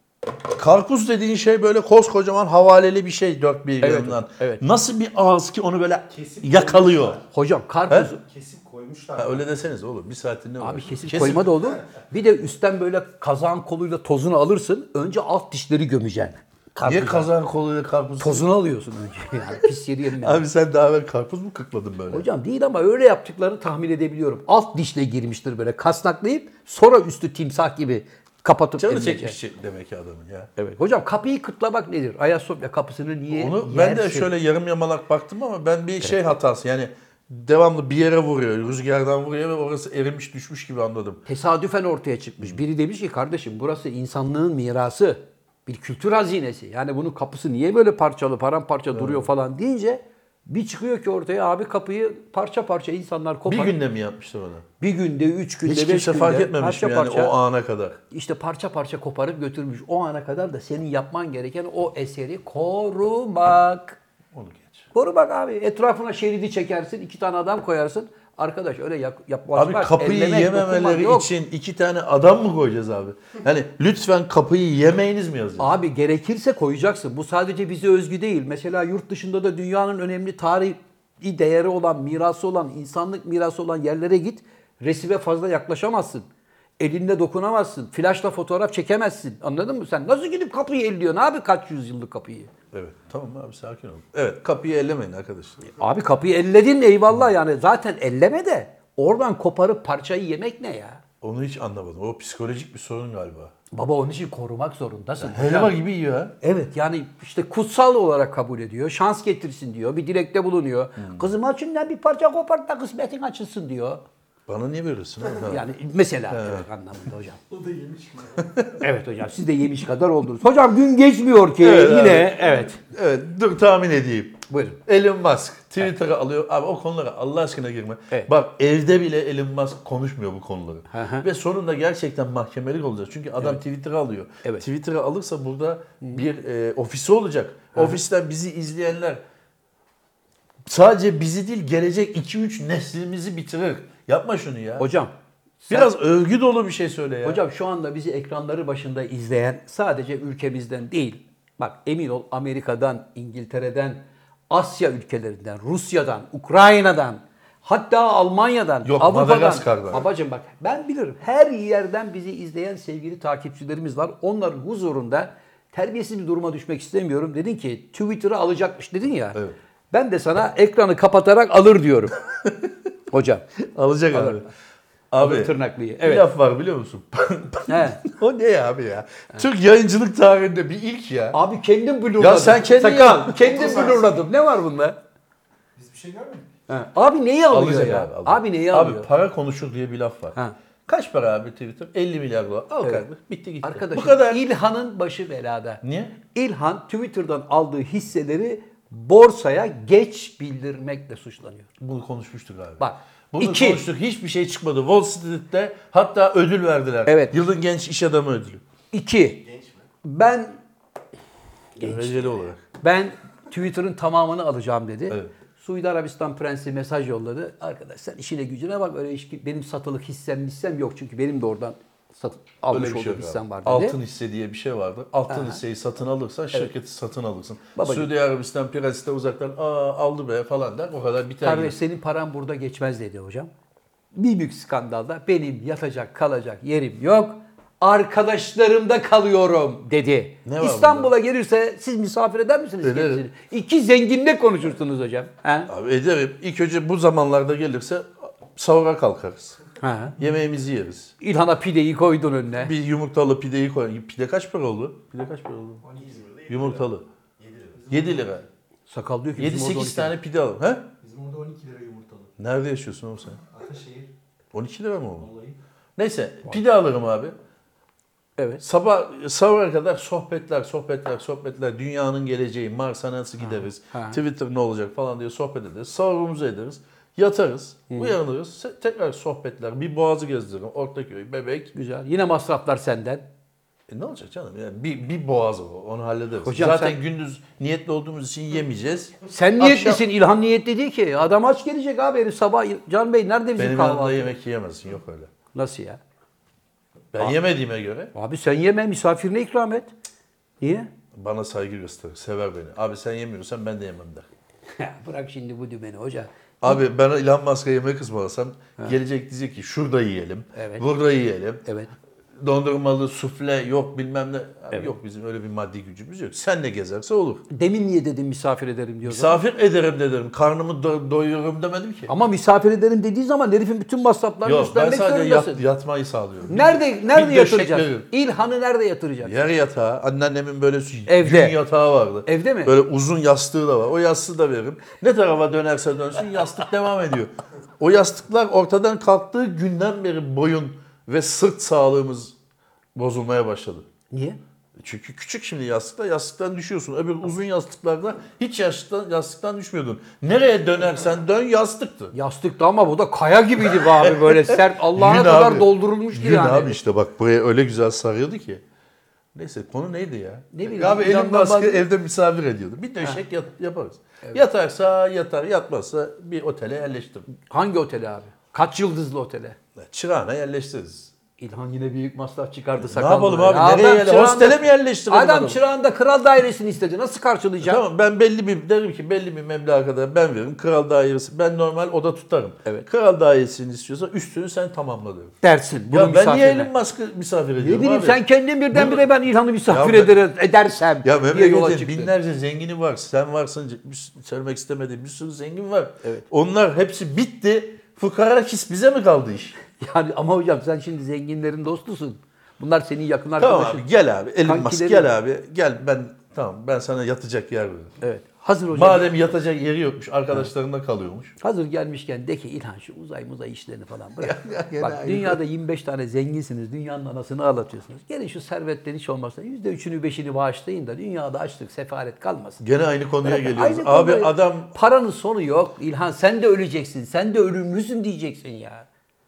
[SPEAKER 2] Karpuz dediğin şey böyle koskocaman havaleli bir şey dört bir
[SPEAKER 1] Evet,
[SPEAKER 2] yanından.
[SPEAKER 1] evet.
[SPEAKER 2] Nasıl bir ağız ki onu böyle
[SPEAKER 3] Kesip
[SPEAKER 2] yakalıyor?
[SPEAKER 3] koymuşlar.
[SPEAKER 1] Hocam karpuzu
[SPEAKER 3] Kesip koymuşlar.
[SPEAKER 2] Ha, öyle deseniz oğlum. Bir saatinde ne
[SPEAKER 1] abi
[SPEAKER 2] olur?
[SPEAKER 1] kesip koyma da olur. Bir de üstten böyle kazağın koluyla tozunu alırsın. Önce alt dişleri gömeceksin.
[SPEAKER 2] Niye
[SPEAKER 1] Karpuza.
[SPEAKER 2] kazan koluyla karpuz?
[SPEAKER 1] Tozunu alıyorsun önce. Yani pis yeri yenmez.
[SPEAKER 2] Abi sen daha evvel karpuz mu kıkladın böyle?
[SPEAKER 1] Hocam değil ama öyle yaptıklarını tahmin edebiliyorum. Alt dişle girmiştir böyle kasnaklayıp sonra üstü timsah gibi kapatıp
[SPEAKER 2] Canı
[SPEAKER 1] emecek.
[SPEAKER 2] çekmiş demek ki adamın ya.
[SPEAKER 1] Evet. Hocam kapıyı kıtlamak nedir? Ayasofya kapısını niye
[SPEAKER 2] Onu ben de
[SPEAKER 1] yersin?
[SPEAKER 2] şöyle yarım yamalak baktım ama ben bir şey hatası yani devamlı bir yere vuruyor. Rüzgardan vuruyor ve orası erimiş düşmüş gibi anladım.
[SPEAKER 1] Tesadüfen ortaya çıkmış. Biri demiş ki kardeşim burası insanlığın mirası. Bir kültür hazinesi. Yani bunun kapısı niye böyle parçalı, paramparça duruyor falan deyince bir çıkıyor ki ortaya abi kapıyı parça parça insanlar
[SPEAKER 2] Bir
[SPEAKER 1] kopar.
[SPEAKER 2] günde mi yapmışlar onu?
[SPEAKER 1] Bir günde, üç günde,
[SPEAKER 2] Hiç
[SPEAKER 1] beş
[SPEAKER 2] kimse
[SPEAKER 1] günde
[SPEAKER 2] fark etmemiş
[SPEAKER 1] parça
[SPEAKER 2] mi yani
[SPEAKER 1] parça,
[SPEAKER 2] o ana kadar?
[SPEAKER 1] işte parça parça koparıp götürmüş. O ana kadar da senin yapman gereken o eseri korumak.
[SPEAKER 2] Onu geç.
[SPEAKER 1] Korumak abi. Etrafına şeridi çekersin, iki tane adam koyarsın. Arkadaş öyle yap, yapmak
[SPEAKER 2] Abi kapıyı
[SPEAKER 1] ellemek, dokunmak
[SPEAKER 2] yememeleri
[SPEAKER 1] yok.
[SPEAKER 2] için iki tane adam mı koyacağız abi? Yani lütfen kapıyı yemeyiniz mi yazacağız?
[SPEAKER 1] Abi gerekirse koyacaksın. Bu sadece bize özgü değil. Mesela yurt dışında da dünyanın önemli tarihi değeri olan, mirası olan, insanlık mirası olan yerlere git. Resime fazla yaklaşamazsın. Elinde dokunamazsın. Flaşla fotoğraf çekemezsin. Anladın mı? Sen nasıl gidip kapıyı elliyorsun abi kaç yüzyıllık kapıyı?
[SPEAKER 2] Evet tamam abi sakin ol. Evet kapıyı ellemeyin arkadaşlar.
[SPEAKER 1] Abi kapıyı elledin eyvallah yani. Zaten elleme de oradan koparıp parçayı yemek ne ya?
[SPEAKER 2] Onu hiç anlamadım. O psikolojik bir sorun galiba.
[SPEAKER 1] Baba onun için korumak zorundasın.
[SPEAKER 2] Helva
[SPEAKER 1] Hocam,
[SPEAKER 2] gibi yiyor ha.
[SPEAKER 1] evet yani işte kutsal olarak kabul ediyor. Şans getirsin diyor. Bir dilekte bulunuyor.
[SPEAKER 2] Hmm.
[SPEAKER 1] Kızım açından bir parça kopart da kısmetin açılsın diyor.
[SPEAKER 2] Bana niye veriyorsun? abi?
[SPEAKER 1] Yani mesela evet, anlamında hocam.
[SPEAKER 3] O da yemiş mi?
[SPEAKER 1] Evet hocam siz de yemiş kadar oldunuz. Hocam gün geçmiyor ki
[SPEAKER 2] Evet,
[SPEAKER 1] yine
[SPEAKER 2] abi.
[SPEAKER 1] evet.
[SPEAKER 2] Evet dur tahmin edeyim.
[SPEAKER 1] Buyurun.
[SPEAKER 2] Elon Musk Twitter'ı alıyor. Abi o konulara Allah aşkına girme.
[SPEAKER 1] Evet.
[SPEAKER 2] Bak evde bile Elon Musk konuşmuyor bu konuları.
[SPEAKER 1] Hı hı.
[SPEAKER 2] Ve sonunda gerçekten mahkemelik olacak. Çünkü adam Twitter'ı alıyor.
[SPEAKER 1] Evet.
[SPEAKER 2] Twitter'ı alırsa burada bir e, ofisi olacak. Ofisten bizi izleyenler sadece bizi değil gelecek iki üç neslimizi bitirir. Yapma şunu ya.
[SPEAKER 1] Hocam sen-
[SPEAKER 2] Biraz övgü dolu bir şey söyle ya.
[SPEAKER 1] Hocam şu anda bizi ekranları başında izleyen sadece ülkemizden değil. Bak emin ol Amerika'dan, İngiltere'den, Asya ülkelerinden, Rusya'dan, Ukrayna'dan, hatta Almanya'dan,
[SPEAKER 2] Yok,
[SPEAKER 1] Avrupa'dan.
[SPEAKER 2] Madagaskar'dan.
[SPEAKER 1] Babacım bak ben bilirim. Her yerden bizi izleyen sevgili takipçilerimiz var. Onların huzurunda terbiyesiz bir duruma düşmek istemiyorum. Dedin ki Twitter'ı alacakmış dedin ya.
[SPEAKER 2] Evet.
[SPEAKER 1] Ben de sana ekranı kapatarak alır diyorum. Hocam.
[SPEAKER 2] Alacak
[SPEAKER 1] Alır.
[SPEAKER 2] abi. Abi
[SPEAKER 1] Alır tırnaklıyı.
[SPEAKER 2] bir
[SPEAKER 1] Evet.
[SPEAKER 2] laf var biliyor musun?
[SPEAKER 1] He.
[SPEAKER 2] O ne ya abi ya? Türk yayıncılık tarihinde bir ilk ya.
[SPEAKER 1] Abi kendim blurladım.
[SPEAKER 2] Ya sen kendin
[SPEAKER 1] Sakal,
[SPEAKER 2] yap.
[SPEAKER 1] kendim blurladım. Ne var bunda?
[SPEAKER 3] Biz bir şey görmedik.
[SPEAKER 1] Ha. Abi neyi alıyor
[SPEAKER 2] Alacak
[SPEAKER 1] ya?
[SPEAKER 2] abi,
[SPEAKER 1] Abi,
[SPEAKER 2] alacak.
[SPEAKER 1] neyi
[SPEAKER 2] Abi
[SPEAKER 1] alıyor?
[SPEAKER 2] para konuşur diye bir laf var.
[SPEAKER 1] Ha.
[SPEAKER 2] Kaç para abi Twitter? elli milyar dolar. Al
[SPEAKER 1] Evet.
[SPEAKER 2] kardeşim. Bitti gitti.
[SPEAKER 1] Arkadaşım
[SPEAKER 2] Bu kadar.
[SPEAKER 1] İlhan'ın başı belada.
[SPEAKER 2] Niye?
[SPEAKER 1] İlhan Twitter'dan aldığı hisseleri borsaya geç bildirmekle suçlanıyor.
[SPEAKER 2] Bunu konuşmuştuk abi.
[SPEAKER 1] Bak,
[SPEAKER 2] Bunu
[SPEAKER 1] iki.
[SPEAKER 2] konuştuk. Hiçbir şey çıkmadı. Wall Street'te hatta ödül verdiler.
[SPEAKER 1] Evet.
[SPEAKER 2] Yılın genç iş adamı ödülü.
[SPEAKER 1] İki.
[SPEAKER 4] Genç mi?
[SPEAKER 1] Ben
[SPEAKER 2] Göreceli olarak.
[SPEAKER 1] ben Twitter'ın tamamını alacağım dedi.
[SPEAKER 2] Evet.
[SPEAKER 1] Suudi Arabistan prensi mesaj yolladı. Arkadaş sen işine gücüne bak öyle iş, benim satılık hissem hissem yok çünkü benim de oradan satın almış
[SPEAKER 2] Öyle bir şey
[SPEAKER 1] olduğum
[SPEAKER 2] yok
[SPEAKER 1] hissem
[SPEAKER 2] abi.
[SPEAKER 1] var dedi.
[SPEAKER 2] Altın hisse diye bir şey vardı. Altın
[SPEAKER 1] Aha.
[SPEAKER 2] hisseyi satın alırsan şirketi satın alırsın.
[SPEAKER 1] Babacığım.
[SPEAKER 2] Suudi Arabistan prensi de uzaktan aa aldı be falan der. O kadar biter.
[SPEAKER 1] Kardeş
[SPEAKER 2] gider.
[SPEAKER 1] senin paran burada geçmez dedi hocam. Bir büyük skandalda benim yatacak kalacak yerim yok. Arkadaşlarımda kalıyorum dedi.
[SPEAKER 2] Ne var
[SPEAKER 1] İstanbul'a gelirse siz misafir eder misiniz
[SPEAKER 2] Ederim.
[SPEAKER 1] kendisini? İki zenginle konuşursunuz hocam. Ha?
[SPEAKER 2] Abi ederim. İlk önce bu zamanlarda gelirse sahura kalkarız.
[SPEAKER 1] Ha.
[SPEAKER 2] Yemeğimizi yeriz.
[SPEAKER 1] İlhan'a pideyi koydun önüne.
[SPEAKER 2] Bir yumurtalı pideyi koy. Pide kaç para oldu? Pide kaç para oldu?
[SPEAKER 4] İzmir'de
[SPEAKER 2] Yumurtalı.
[SPEAKER 4] yedi lira.
[SPEAKER 2] yedi lira.
[SPEAKER 1] Sakal diyor ki
[SPEAKER 2] yedi
[SPEAKER 1] bizim orada on
[SPEAKER 2] sekiz
[SPEAKER 1] iki
[SPEAKER 2] tane pide alın. He?
[SPEAKER 3] Bizim orada on iki lira yumurtalı.
[SPEAKER 2] Nerede yaşıyorsun oğlum sen?
[SPEAKER 3] Ataşehir.
[SPEAKER 2] on iki lira mı oldu?
[SPEAKER 3] Vallahi.
[SPEAKER 2] Neyse pide alırım abi.
[SPEAKER 1] Evet.
[SPEAKER 2] Sabah sabah kadar sohbetler, sohbetler, sohbetler. Dünyanın geleceği, Mars'a nasıl gideriz,
[SPEAKER 1] ha.
[SPEAKER 2] Twitter ne olacak falan diye sohbet ederiz. Sahurumuzu ederiz. Yatarız, uyanırız. Tekrar sohbetler. Bir Boğaz'ı gezdiririm. Ortaköy, Bebek.
[SPEAKER 1] Güzel. Yine masraflar senden.
[SPEAKER 2] E ne olacak canım? Yani bir, bir Boğaz o. Onu hallederiz.
[SPEAKER 1] Hocam
[SPEAKER 2] Zaten
[SPEAKER 1] sen-
[SPEAKER 2] gündüz niyetli olduğumuz için yemeyeceğiz.
[SPEAKER 1] Sen
[SPEAKER 2] Akşam-
[SPEAKER 1] niyetlisin. İlhan niyetli değil ki. Adam aç gelecek abi. Herif sabah Can Bey nerede bizim
[SPEAKER 2] Benim
[SPEAKER 1] kahvaltı?
[SPEAKER 2] yanımda yemek yiyemezsin. Yok öyle.
[SPEAKER 1] Nasıl ya?
[SPEAKER 2] Ben yemediğime göre
[SPEAKER 1] Abi sen yeme, misafirine ikram et. Niye?
[SPEAKER 2] bana saygı gösterir. Sever beni. Abi sen yemiyorsan ben de yemem der.
[SPEAKER 1] Bırak şimdi bu dümeni hoca.
[SPEAKER 2] Abi ben Elon Musk'a yemek ısmarlasam gelecek diyecek ki şurada yiyelim,
[SPEAKER 1] Evet.
[SPEAKER 2] burada yiyelim.
[SPEAKER 1] Evet.
[SPEAKER 2] Dondurmalı sufle yok bilmem ne. Abi Yok bizim öyle bir maddi gücümüz yok. Sen ne gezerse olur.
[SPEAKER 1] Demin niye dedim misafir ederim diyor.
[SPEAKER 2] Misafir ederim dedim. Karnımı do- doyururum demedim ki.
[SPEAKER 1] Ama misafir ederim dediği zaman herifin bütün masraflarını
[SPEAKER 2] Yok ben
[SPEAKER 1] üstlenmek
[SPEAKER 2] sadece
[SPEAKER 1] zorundasın.
[SPEAKER 2] yat- yatmayı sağlıyorum.
[SPEAKER 1] Nerede
[SPEAKER 2] Bir-
[SPEAKER 1] nerede
[SPEAKER 2] bir döşek
[SPEAKER 1] yatıracağız?
[SPEAKER 2] veririm.
[SPEAKER 1] İlhan'ı nerede yatıracağız?
[SPEAKER 2] Yer yatağı. Anneannemin böyle
[SPEAKER 1] Evde.
[SPEAKER 2] yün yatağı vardı.
[SPEAKER 1] Evde mi?
[SPEAKER 2] Böyle uzun yastığı da var. O yastığı da veririm. Ne tarafa dönerse dönsün yastık devam ediyor. O yastıklar ortadan kalktığı günden beri boyun ve sırt sağlığımız bozulmaya başladı.
[SPEAKER 1] Niye?
[SPEAKER 2] Çünkü küçük şimdi yastıkta yastıktan düşüyorsun. Öbür uzun yastıklarda hiç yastıktan, yastıktan düşmüyordun. Nereye dönersen dön yastıktı.
[SPEAKER 1] Yastıkta ama bu da kaya gibiydi be abi böyle sert. Allah'ına
[SPEAKER 2] Yün
[SPEAKER 1] kadar
[SPEAKER 2] abi.
[SPEAKER 1] doldurulmuştu
[SPEAKER 2] Yün
[SPEAKER 1] yani.
[SPEAKER 2] abi işte bak buraya öyle güzel sarıyordu ki. Neyse konu neydi ya?
[SPEAKER 1] Ne bileyim,
[SPEAKER 2] Abi Elon
[SPEAKER 1] İlhan'dan
[SPEAKER 2] Musk'ı
[SPEAKER 1] bahsediyor.
[SPEAKER 2] evde misafir ediyordu. Bir döşek yat- yaparız. Yatarsa yatar, yatmazsa bir otele yerleştirir.
[SPEAKER 1] Hangi otele abi? Kaç yıldızlı otele?
[SPEAKER 2] Çırağına yerleştiririz.
[SPEAKER 1] İlhan yine büyük masraf çıkardı
[SPEAKER 2] Ne
[SPEAKER 1] sakallı.
[SPEAKER 2] yapalım
[SPEAKER 1] Ya
[SPEAKER 2] abi?
[SPEAKER 1] adam
[SPEAKER 2] Nereye yerleştirelim?
[SPEAKER 1] çırağında-
[SPEAKER 2] Hostele mi yerleştirelim
[SPEAKER 1] Adam
[SPEAKER 2] adamı?
[SPEAKER 1] çırağında kral dairesini istedi. Nasıl karşılayacak?
[SPEAKER 2] Tamam ben belli bir derim ki belli bir meblağa kadar ben veririm. Kral dairesi ben normal oda tutarım.
[SPEAKER 1] Evet.
[SPEAKER 2] Kral dairesini istiyorsa üstünü sen tamamla derim.
[SPEAKER 1] Dersin. Bunu
[SPEAKER 2] Ya ben niye
[SPEAKER 1] misafirine.
[SPEAKER 2] Elon Musk'ı misafir
[SPEAKER 1] Ne
[SPEAKER 2] ediyorum
[SPEAKER 1] bileyim
[SPEAKER 2] abi?
[SPEAKER 1] sen kendin birdenbire ben İlhan'ı misafir
[SPEAKER 2] Ya ben-
[SPEAKER 1] eder, edersem
[SPEAKER 2] Ya
[SPEAKER 1] diye yola
[SPEAKER 2] memleketin
[SPEAKER 1] çıktı.
[SPEAKER 2] binlerce zengini var. Sen varsın. Bir- Söylemek istemediğim bir sürü zengin var.
[SPEAKER 1] Evet.
[SPEAKER 2] Onlar hepsi bitti. Fukara kis bize mi kaldı iş?
[SPEAKER 1] Yani ama hocam sen şimdi zenginlerin dostusun. Bunlar senin yakın
[SPEAKER 2] Tamam
[SPEAKER 1] arkadaşın.
[SPEAKER 2] abi gel abi. Elon Musk
[SPEAKER 1] Kankileri-
[SPEAKER 2] gel abi. Gel ben tamam ben sana yatacak yer veririm.
[SPEAKER 1] Evet. Hazır hocam.
[SPEAKER 2] Madem yatacak yeri yokmuş arkadaşlarında kalıyormuş.
[SPEAKER 1] Hazır gelmişken de ki İlhan şu uzay muzay işlerini falan bırak.
[SPEAKER 2] gene
[SPEAKER 1] Bak
[SPEAKER 2] aynı
[SPEAKER 1] dünyada yirmi beş tane zenginsiniz. Dünyanın anasını ağlatıyorsunuz. Gelin şu servetten hiç olmazsa yüzde üçünü beşini bağışlayın da dünyada açlık, sefaret kalmasın.
[SPEAKER 2] Gene aynı konuya
[SPEAKER 1] Bırakın,
[SPEAKER 2] geliyoruz.
[SPEAKER 1] aynı
[SPEAKER 2] Abi
[SPEAKER 1] konuda
[SPEAKER 2] adam
[SPEAKER 1] paranın sonu yok. İlhan sen de öleceksin. Sen de ölümlüsün diyeceksin ya.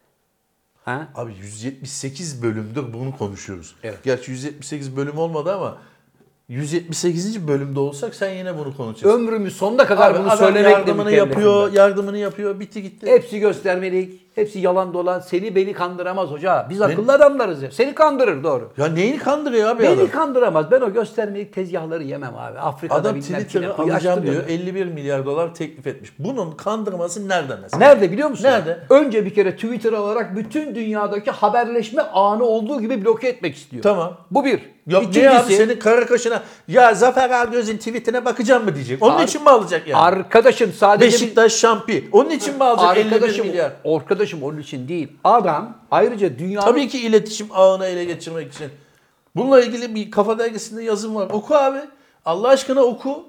[SPEAKER 1] Ha?
[SPEAKER 2] abi yüz yetmiş sekiz bölümdür bunu konuşuyoruz.
[SPEAKER 1] Evet.
[SPEAKER 2] Gerçi yüz yetmiş sekiz bölüm olmadı ama yüz yetmiş sekizinci bölümde olsak sen yine bunu konuşacaksın.
[SPEAKER 1] Ömrümüz sonuna kadar
[SPEAKER 2] Abi
[SPEAKER 1] bunu
[SPEAKER 2] adam
[SPEAKER 1] söylemekle
[SPEAKER 2] yardımını
[SPEAKER 1] mükellefim
[SPEAKER 2] yapıyor,
[SPEAKER 1] ben.
[SPEAKER 2] yardımını yapıyor, bitti gitti.
[SPEAKER 1] Hepsi göstermelik. Hepsi yalan dolan. Seni beni kandıramaz hoca. Biz akıllı adamlarız ya. Seni kandırır doğru.
[SPEAKER 2] Ya neyini kandırıyor abi
[SPEAKER 1] Beni
[SPEAKER 2] adam?
[SPEAKER 1] kandıramaz. Ben o göstermelik tezgahları yemem abi. Afrika'da
[SPEAKER 2] Adam
[SPEAKER 1] bilmem kime
[SPEAKER 2] Twitter'ı
[SPEAKER 1] kuyu
[SPEAKER 2] alacağım
[SPEAKER 1] açtırıyor.
[SPEAKER 2] diyor. elli bir milyar dolar teklif etmiş. Bunun kandırması nerede mesela?
[SPEAKER 1] Nerede biliyor musun?
[SPEAKER 2] Nerede?
[SPEAKER 1] Önce bir kere Twitter alarak bütün dünyadaki haberleşme anı olduğu gibi bloke etmek istiyor.
[SPEAKER 2] Tamam.
[SPEAKER 1] Bu bir.
[SPEAKER 2] Yok
[SPEAKER 1] İkincisi,
[SPEAKER 2] ne abi senin kara kaşına ya Zafer Algöz'ün tweetine bakacağım mı diyecek. Onun
[SPEAKER 1] Ar-
[SPEAKER 2] için mi alacak yani?
[SPEAKER 1] arkadaşım sadece bir-
[SPEAKER 2] Beşiktaş şampi. Onun için mi alacak elli bir
[SPEAKER 1] arkadaşım,
[SPEAKER 2] milyar?
[SPEAKER 1] arkadaşım onun için değil. Adam ayrıca dünyanın
[SPEAKER 2] Tabii ki iletişim ağını ele geçirmek için. Bununla ilgili bir Kafa Dergisi'nde yazım var. Oku abi. Allah aşkına oku.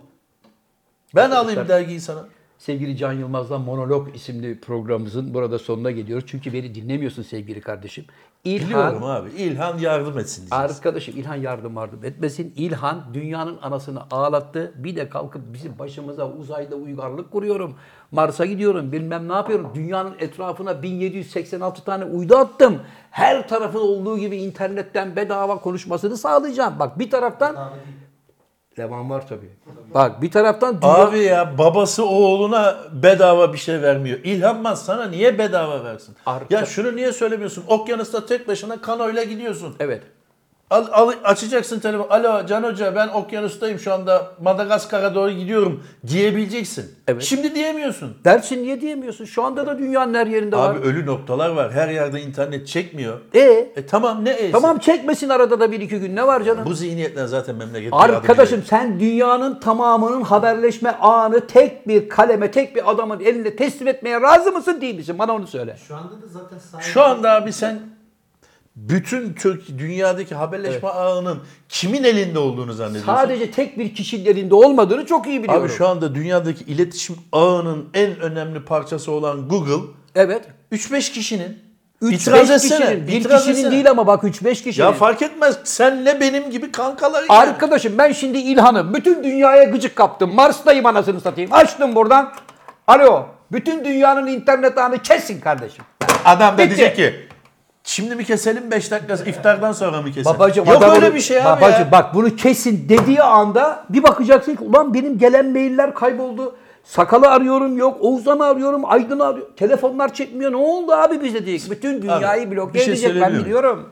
[SPEAKER 2] Ben alayım dergiyi sana.
[SPEAKER 1] sevgili Can Yılmaz'dan Monolog isimli programımızın burada sonuna geliyoruz. Çünkü beni dinlemiyorsun sevgili kardeşim. İlhan,
[SPEAKER 2] Biliyorum abi. İlhan yardım etsin diyeceğiz.
[SPEAKER 1] arkadaşım İlhan yardım yardım etmesin. İlhan dünyanın anasını ağlattı. Bir de kalkıp bizim başımıza uzayda uygarlık kuruyorum. Mars'a gidiyorum bilmem ne yapıyorum. Dünyanın etrafına bin yedi yüz seksen altı tane uydu attım. Her tarafın olduğu gibi internetten bedava konuşmasını sağlayacağım. Bak bir taraftan devam var tabii. Bak bir taraftan dünya...
[SPEAKER 2] Abi ya babası oğluna bedava bir şey vermiyor. İlhan Musk sana niye bedava versin?
[SPEAKER 1] Arka-
[SPEAKER 2] Ya şunu niye söylemiyorsun? Okyanusta tek başına kanoyla gidiyorsun.
[SPEAKER 1] Evet.
[SPEAKER 2] Al, al, açacaksın telefonu. Alo Can Hoca ben okyanustayım şu anda Madagaskar'a doğru gidiyorum diyebileceksin.
[SPEAKER 1] Evet.
[SPEAKER 2] Şimdi diyemiyorsun.
[SPEAKER 1] Dersin niye diyemiyorsun? Şu anda da dünyanın her yerinde var.
[SPEAKER 2] Abi ölü noktalar var. Her yerde internet çekmiyor.
[SPEAKER 1] E
[SPEAKER 2] E tamam ne e'si?
[SPEAKER 1] tamam çekmesin arada da bir iki gün ne var canım?
[SPEAKER 2] Bu zihniyetle zaten memleket bir
[SPEAKER 1] Arkadaşım
[SPEAKER 2] adım
[SPEAKER 1] sen dünyanın tamamının haberleşme ağını tek bir kaleme, tek bir adamın eline teslim etmeye razı mısın değil misin? Bana onu söyle.
[SPEAKER 3] Şu anda da zaten
[SPEAKER 2] ileri.
[SPEAKER 3] sahibi...
[SPEAKER 2] Şu anda abi sen bütün Türk dünyadaki haberleşme ağının kimin elinde olduğunu zannediyorsun.
[SPEAKER 1] Sadece tek bir kişinin elinde olmadığını çok iyi biliyorum.
[SPEAKER 2] Abi şu anda dünyadaki iletişim ağının en önemli parçası olan Google
[SPEAKER 1] Evet.
[SPEAKER 2] üç beş kişinin
[SPEAKER 1] üç
[SPEAKER 2] İtiraz
[SPEAKER 1] beş
[SPEAKER 2] etsene,
[SPEAKER 1] kişinin, bir
[SPEAKER 2] itiraz
[SPEAKER 1] kişinin
[SPEAKER 2] etsene.
[SPEAKER 1] değil ama bak üç beş kişinin.
[SPEAKER 2] Ya fark etmez. Senle benim gibi kankalar. yani.
[SPEAKER 1] Arkadaşım ben şimdi İlhan'ı bütün dünyaya gıcık kaptım. Mars'tayım anasını satayım. Açtım buradan. Alo. Bütün dünyanın internet ağını kesin kardeşim.
[SPEAKER 2] Adam da
[SPEAKER 1] Bitti.
[SPEAKER 2] diyecek ki şimdi mi keselim beş dakika iftardan sonra mı keselim?
[SPEAKER 1] Babacım,
[SPEAKER 2] Yok
[SPEAKER 1] adam
[SPEAKER 2] öyle
[SPEAKER 1] onu-
[SPEAKER 2] bir şey abi
[SPEAKER 1] babacım,
[SPEAKER 2] ya.
[SPEAKER 1] bak bunu kesin dediği anda bir bakacaksın ki ulan benim gelen mailler kayboldu. Sakal'ı arıyorum yok, Oğuzhan'ı arıyorum, Aydın'ı arıyorum. Telefonlar çekmiyor. Ne oldu abi bize dedik. Bütün dünyayı
[SPEAKER 2] Abi,
[SPEAKER 1] bloke
[SPEAKER 2] bir şey
[SPEAKER 1] edecek ben
[SPEAKER 2] söyleyebilir miyim?
[SPEAKER 1] biliyorum.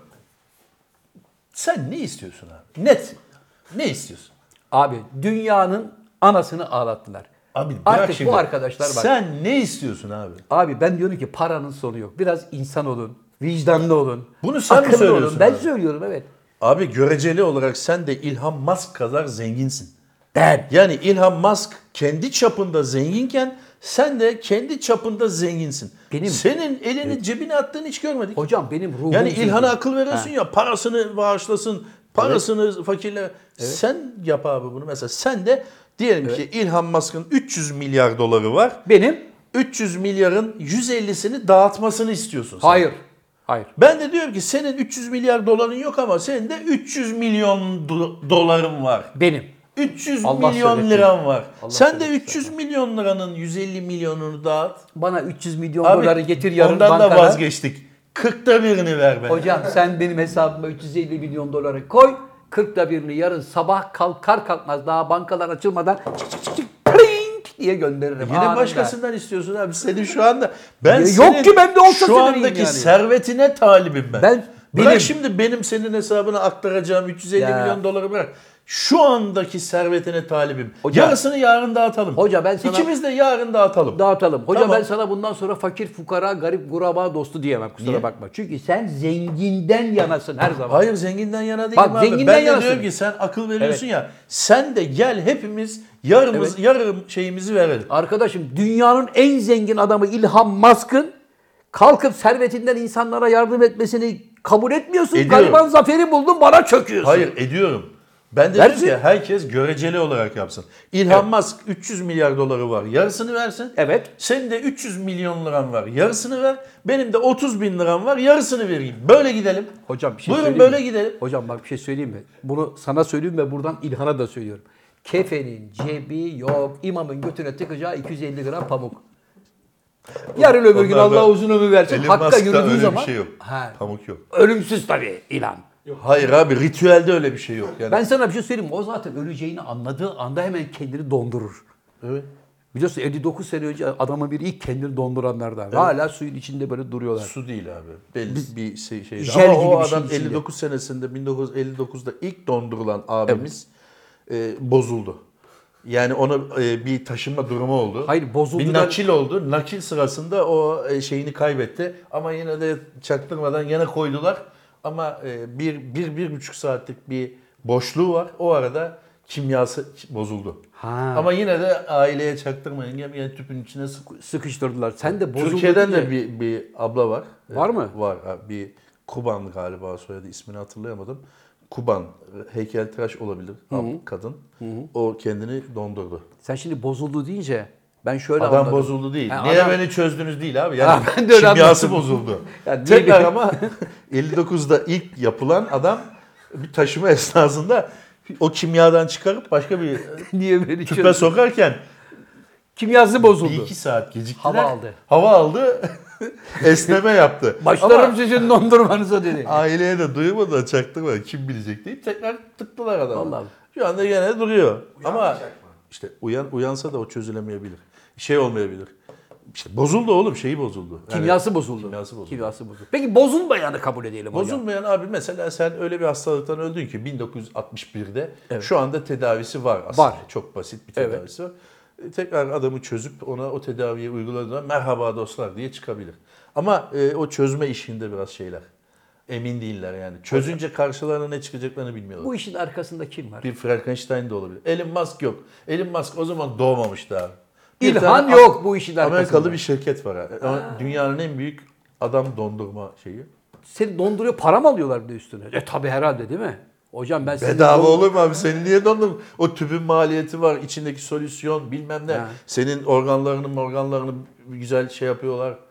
[SPEAKER 2] Sen ne istiyorsun abi? Net. Ne istiyorsun?
[SPEAKER 1] Abi dünyanın anasını ağlattılar.
[SPEAKER 2] Abi bırak
[SPEAKER 1] Artık
[SPEAKER 2] şimdi.
[SPEAKER 1] bu arkadaşlar bak.
[SPEAKER 2] Sen ne istiyorsun abi?
[SPEAKER 1] Abi ben diyorum ki paranın sonu yok. Biraz insan olun, vicdanlı olun.
[SPEAKER 2] Bunu sen mi
[SPEAKER 1] akıllı
[SPEAKER 2] söylüyorsun
[SPEAKER 1] olun. Ben
[SPEAKER 2] abi?
[SPEAKER 1] söylüyorum evet.
[SPEAKER 2] Abi göreceli olarak sen de Elon Musk kadar zenginsin.
[SPEAKER 1] Ben.
[SPEAKER 2] Yani Elon Musk kendi çapında zenginken sen de kendi çapında zenginsin.
[SPEAKER 1] Benim-
[SPEAKER 2] Senin elini cebine attığını hiç görmedik.
[SPEAKER 1] Hocam benim ruhum
[SPEAKER 2] Yani
[SPEAKER 1] zengin.
[SPEAKER 2] İlhan'a akıl veriyorsun
[SPEAKER 1] Ha.
[SPEAKER 2] ya parasını bağışlasın, parasını fakirlere. Sen yap abi bunu mesela. Sen de diyelim ki Elon Musk'ın üç yüz milyar doları var.
[SPEAKER 1] Benim?
[SPEAKER 2] üç yüz milyarın yüz ellisini dağıtmasını istiyorsun sen.
[SPEAKER 1] Hayır. Hayır.
[SPEAKER 2] Ben de diyorum ki senin üç yüz milyar doların yok ama senin de üç yüz milyon do- doların var.
[SPEAKER 1] Benim.
[SPEAKER 2] üç yüz
[SPEAKER 1] Allah
[SPEAKER 2] milyon
[SPEAKER 1] söylesin.
[SPEAKER 2] liran var.
[SPEAKER 1] Allah
[SPEAKER 2] Sen de
[SPEAKER 1] söylesin.
[SPEAKER 2] üç yüz milyon liranın yüz elli milyonunu dağıt.
[SPEAKER 1] Bana üç yüz milyon
[SPEAKER 2] Abi,
[SPEAKER 1] doları getir yarın
[SPEAKER 2] ondan
[SPEAKER 1] bankada.
[SPEAKER 2] da vazgeçtik. kırkta birini ver be.
[SPEAKER 1] Hocam sen benim hesabıma üç yüz elli milyon doları koy. kırkta birini yarın sabah kalkar kalkmaz daha bankalar açılmadan çık çık çık çık pling diye gönderirim.
[SPEAKER 2] Yine
[SPEAKER 1] anında.
[SPEAKER 2] başkasından istiyorsun abi. Senin şu anda ben
[SPEAKER 1] Ya yok
[SPEAKER 2] senin
[SPEAKER 1] ki bende olsa
[SPEAKER 2] şu
[SPEAKER 1] söyleyeyim
[SPEAKER 2] andaki
[SPEAKER 1] yani.
[SPEAKER 2] servetine talibim ben.
[SPEAKER 1] Ben-
[SPEAKER 2] bırak
[SPEAKER 1] benim-
[SPEAKER 2] şimdi benim senin hesabına aktaracağım üç yüz elli
[SPEAKER 1] Ya.
[SPEAKER 2] milyon doları bırak. Şu andaki servetine talibim.
[SPEAKER 1] Hocam-
[SPEAKER 2] Yarısını yarın dağıtalım.
[SPEAKER 1] Hoca ben sana-
[SPEAKER 2] İkimiz de yarın dağıtalım.
[SPEAKER 1] Dağıtalım. Hocam
[SPEAKER 2] Tamam.
[SPEAKER 1] ben sana bundan sonra fakir fukara, garip guraba dostu diyemem kusura
[SPEAKER 2] Niye?
[SPEAKER 1] bakma. Çünkü sen zenginden yanasın her zaman.
[SPEAKER 2] Hayır zenginden yana değilim
[SPEAKER 1] Bak,
[SPEAKER 2] abi.
[SPEAKER 1] zenginden
[SPEAKER 2] ben de
[SPEAKER 1] yanasın.
[SPEAKER 2] diyorum ki sen akıl veriyorsun ya. Sen de gel hepimiz yarımız yarım şeyimizi verelim.
[SPEAKER 1] Arkadaşım dünyanın en zengin adamı İlhan Musk'ın kalkıp servetinden insanlara yardım etmesini kabul etmiyorsun.
[SPEAKER 2] Ediyorum.
[SPEAKER 1] Gariban zaferi buldun bana çöküyorsun.
[SPEAKER 2] Hayır ediyorum. Ben de
[SPEAKER 1] Versin.
[SPEAKER 2] diyorum ki herkes göreceli olarak yapsın. Elon Musk üç yüz milyar doları var. Yarısını versin.
[SPEAKER 1] Evet.
[SPEAKER 2] Senin de üç yüz milyon liran var. Yarısını ver. Benim de otuz bin liram var. Yarısını vereyim. Böyle gidelim.
[SPEAKER 1] Hocam bir şey
[SPEAKER 2] Buyurun
[SPEAKER 1] söyleyeyim
[SPEAKER 2] böyle
[SPEAKER 1] mi?
[SPEAKER 2] gidelim.
[SPEAKER 1] Hocam bak bir şey söyleyeyim mi? Bunu sana söyleyeyim ve buradan İlhan'a da söylüyorum. Kefenin cebi yok. İmamın götüne tıkacağı iki yüz elli gram pamuk. Yarın öbür gün
[SPEAKER 2] Onlarda
[SPEAKER 1] Allah uzun ömür versin.
[SPEAKER 2] Elon
[SPEAKER 1] Hakka
[SPEAKER 2] Musk'ta
[SPEAKER 1] yürüdüğü
[SPEAKER 2] öyle
[SPEAKER 1] zaman.
[SPEAKER 2] bir şey yok.
[SPEAKER 1] Ha,
[SPEAKER 2] Pamuk yok.
[SPEAKER 1] ölümsüz tabii İlhan.
[SPEAKER 2] Hayır abi ritüelde öyle bir şey yok. Yani.
[SPEAKER 1] Ben sana bir şey söyleyeyim mi? O zaten öleceğini anladığı anda hemen kendini dondurur.
[SPEAKER 2] Evet.
[SPEAKER 1] Biliyorsun elli dokuz sene önce adamın biri ilk kendini donduranlardan. Hala suyun içinde böyle duruyorlar.
[SPEAKER 2] Su değil abi. Belli bir şey şeydi.
[SPEAKER 1] Jel
[SPEAKER 2] Ama o
[SPEAKER 1] gibi bir şey
[SPEAKER 2] adam
[SPEAKER 1] içinde.
[SPEAKER 2] elli dokuz senesinde bin dokuz yüz elli dokuzda ilk dondurulan abimiz e, bozuldu. Yani ona e, bir taşınma durumu oldu.
[SPEAKER 1] Hayır, bozuldu
[SPEAKER 2] Bir
[SPEAKER 1] da-
[SPEAKER 2] nakil oldu. Nakil sırasında o e, şeyini kaybetti. Ama yine de çaktırmadan yine koydular. Ama e, bir, bir, bir buçuk saatlik bir boşluğu var. O arada kimyası bozuldu.
[SPEAKER 1] Ha.
[SPEAKER 2] Ama yine de aileye çaktırmayın. Yine, yine tüpün içine sık.
[SPEAKER 1] Sıkıştırdılar. Sen de bozuldu
[SPEAKER 2] Türkiye'den
[SPEAKER 1] diye-
[SPEAKER 2] de bir, bir abla var.
[SPEAKER 1] Var mı?
[SPEAKER 2] Var. Ha, Bir Kuban galiba soyadı ismini hatırlayamadım. Kuban heykeltıraş olabilir ab- kadın. O kendini dondurdu.
[SPEAKER 1] Sen şimdi bozuldu deyince ben şöyle
[SPEAKER 2] Adam
[SPEAKER 1] anladım.
[SPEAKER 2] bozuldu değil.
[SPEAKER 1] Ha,
[SPEAKER 2] Niye
[SPEAKER 1] adam-
[SPEAKER 2] beni çözdünüz değil abi. Yani
[SPEAKER 1] Ha, ben de öyle
[SPEAKER 2] kimyası
[SPEAKER 1] anladım.
[SPEAKER 2] bozuldu.
[SPEAKER 1] Ya niye
[SPEAKER 2] Tekrar
[SPEAKER 1] bir-
[SPEAKER 2] ama elli dokuzda ilk yapılan adam bir taşıma esnasında o kimyadan çıkarıp başka bir
[SPEAKER 1] Niye beni
[SPEAKER 2] tüpe
[SPEAKER 1] çözdün?
[SPEAKER 2] sokarken
[SPEAKER 1] Kimyası bozuldu.
[SPEAKER 2] bir iki saat geciktiler.
[SPEAKER 1] Hava aldı.
[SPEAKER 2] Hava aldı. Esneme yaptı.
[SPEAKER 1] Başlarım
[SPEAKER 2] Ama
[SPEAKER 1] sizin dondurmanıza dedi.
[SPEAKER 2] aileye de duymadan çaktırmadan kim bilecek deyip tekrar tıktılar adamı.
[SPEAKER 1] Vallahi.
[SPEAKER 2] Şu anda gene duruyor. Ama
[SPEAKER 4] Uyanmayacak mı?
[SPEAKER 2] işte uyan uyansa da o çözülemeyebilir. Şey olmayabilir. İşte bozuldu oğlum, şeyi bozuldu. Yani
[SPEAKER 1] Kimyası bozuldu.
[SPEAKER 2] Kimyası bozuldu.
[SPEAKER 1] Kimyası bozuldu. Peki bozulmayanı kabul edelim hocam.
[SPEAKER 2] Bozulmayan abi mesela sen öyle bir hastalıktan öldün ki bin dokuz yüz altmış birde şu anda tedavisi var aslında.
[SPEAKER 1] Var.
[SPEAKER 2] Çok basit bir
[SPEAKER 1] Evet.
[SPEAKER 2] tedavisi var. E, Tekrar adamı çözüp ona o tedaviyi uyguladığında merhaba dostlar diye çıkabilir. Ama e, o çözme işinde biraz şeyler. Emin değiller yani. Çözünce karşılarına ne çıkacaklarını bilmiyorlar.
[SPEAKER 1] Bu işin arkasında kim var?
[SPEAKER 2] Bir Frankenstein de olabilir. Elon Musk yok. Elon Musk o zaman doğmamış daha. Bir
[SPEAKER 1] İlhan
[SPEAKER 2] tane
[SPEAKER 1] yok bu işin arkasında.
[SPEAKER 2] Amerikalı bir şirket var. ha. Ama dünyanın en büyük adam dondurma şeyi.
[SPEAKER 1] Seni donduruyor, para mı alıyorlar bir de üstüne? E tabi herhalde değil mi? Hocam ben senin
[SPEAKER 2] Bedava
[SPEAKER 1] don-
[SPEAKER 2] olur mu abi? Seni niye dondurma? O tüpün maliyeti var, içindeki solüsyon bilmem ne.
[SPEAKER 1] Ha.
[SPEAKER 2] Senin organlarını organlarını güzel şey yapıyorlar.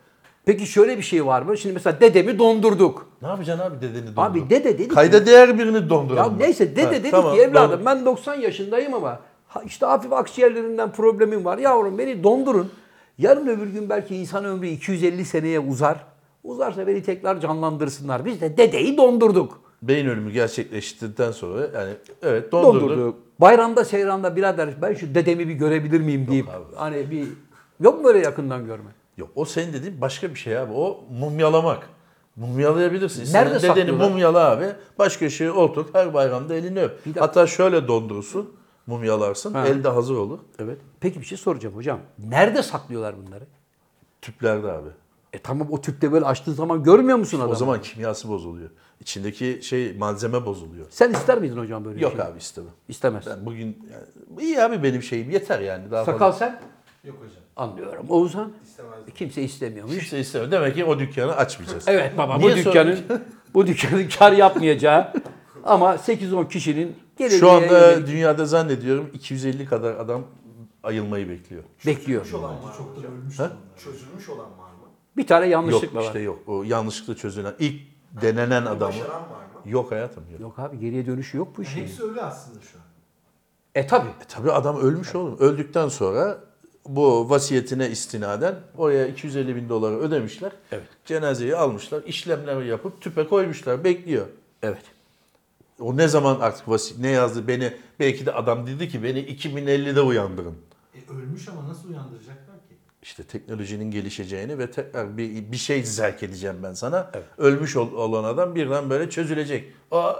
[SPEAKER 1] Peki şöyle bir şey var mı? Şimdi mesela dedemi dondurduk.
[SPEAKER 2] Ne yapacaksın abi dedeni dondur?
[SPEAKER 1] Abi dede dedi ki...
[SPEAKER 2] Kayda değer birini donduralım.
[SPEAKER 1] Ya
[SPEAKER 2] mı?
[SPEAKER 1] neyse dede
[SPEAKER 2] Ha,
[SPEAKER 1] dedi
[SPEAKER 2] tamam,
[SPEAKER 1] ki evladım
[SPEAKER 2] dondur.
[SPEAKER 1] ben doksan yaşındayım ama ha, işte hafif akciğerlerinden problemim var. Yavrum beni dondurun. Yarın öbür gün belki insan ömrü iki yüz elli seneye uzar. Uzarsa beni tekrar canlandırsınlar. Biz de dedeyi dondurduk.
[SPEAKER 2] Beyin ölümü gerçekleştirdikten sonra yani evet dondurduk.
[SPEAKER 1] Dondurduk. Bayramda seyranda birader ben şu dedemi bir görebilir miyim deyip hani bir yok mu böyle yakından görme?
[SPEAKER 2] Yok o senin dediğin başka bir şey abi. O mumyalamak. Mumyalayabilirsin.
[SPEAKER 1] Nerede
[SPEAKER 2] Senin dedeni
[SPEAKER 1] saklıyorlar?
[SPEAKER 2] mumyala abi. Baş köşeye otur. Her bayramda elini öp.
[SPEAKER 1] Bir dakika.
[SPEAKER 2] Hatta şöyle dondurursun. Mumyalarsın.
[SPEAKER 1] Ha.
[SPEAKER 2] Elde hazır olur.
[SPEAKER 1] Evet. Peki bir şey soracağım hocam. Nerede saklıyorlar bunları?
[SPEAKER 2] Tüplerde abi.
[SPEAKER 1] E tamam o tüpte böyle açtığın zaman görmüyor musun adamı?
[SPEAKER 2] O zaman kimyası bozuluyor. İçindeki şey malzeme bozuluyor.
[SPEAKER 1] Sen ister miydin hocam böyle
[SPEAKER 2] Yok
[SPEAKER 1] bir şey?
[SPEAKER 2] abi istemem.
[SPEAKER 1] İstemez.
[SPEAKER 2] Ben bugün yani, iyi abi benim şeyim yeter yani. Daha
[SPEAKER 1] Sakal
[SPEAKER 2] fazla.
[SPEAKER 1] sen?
[SPEAKER 3] Yok hocam.
[SPEAKER 1] Anlıyorum. Oğuzhan?
[SPEAKER 3] İstemezdim.
[SPEAKER 1] Kimse istemiyormuş.
[SPEAKER 2] Kimse istemiyor. Demek ki o dükkanı açmayacağız.
[SPEAKER 1] Evet baba
[SPEAKER 2] Niye
[SPEAKER 1] bu dükkanın bu dükkanın kar yapmayacağı ama sekiz on kişinin geleceğe
[SPEAKER 2] Şu anda
[SPEAKER 1] yönelik
[SPEAKER 2] dünyada zannediyorum iki yüz elli kadar adam ayılmayı bekliyor.
[SPEAKER 1] bekliyor.
[SPEAKER 3] Çözülmüş olan var
[SPEAKER 4] Çoktan
[SPEAKER 3] çoktan
[SPEAKER 4] ölmüş.
[SPEAKER 3] ölmüş.
[SPEAKER 4] Çözülmüş olan var mı?
[SPEAKER 1] Bir tane
[SPEAKER 2] Yok
[SPEAKER 1] yanlışlık var.
[SPEAKER 2] işte yok. O yanlışlıkla çözülen ilk denenen adamı.
[SPEAKER 4] Başaran var mı?
[SPEAKER 2] Yok hayatım yok.
[SPEAKER 1] Yok abi geriye dönüşü yok bu işin.
[SPEAKER 3] Hepsi öyle aslında şu an.
[SPEAKER 1] E tabi.
[SPEAKER 2] E tabii adam ölmüş oğlum. Öldükten sonra bu vasiyetine istinaden oraya iki yüz elli bin doları ödemişler.
[SPEAKER 1] Evet.
[SPEAKER 2] Cenazeyi almışlar. İşlemleri yapıp tüpe koymuşlar. Bekliyor.
[SPEAKER 1] Evet.
[SPEAKER 2] O ne zaman artık vasi ne yazdı beni belki de adam dedi ki beni iki bin ellide uyandırın.
[SPEAKER 3] E ölmüş ama nasıl uyandıracaklar ki?
[SPEAKER 2] İşte teknolojinin gelişeceğini ve tekrar bir, bir şey zerk edeceğim ben sana.
[SPEAKER 1] Evet.
[SPEAKER 2] Ölmüş ol- olan adam birden böyle çözülecek. Aa,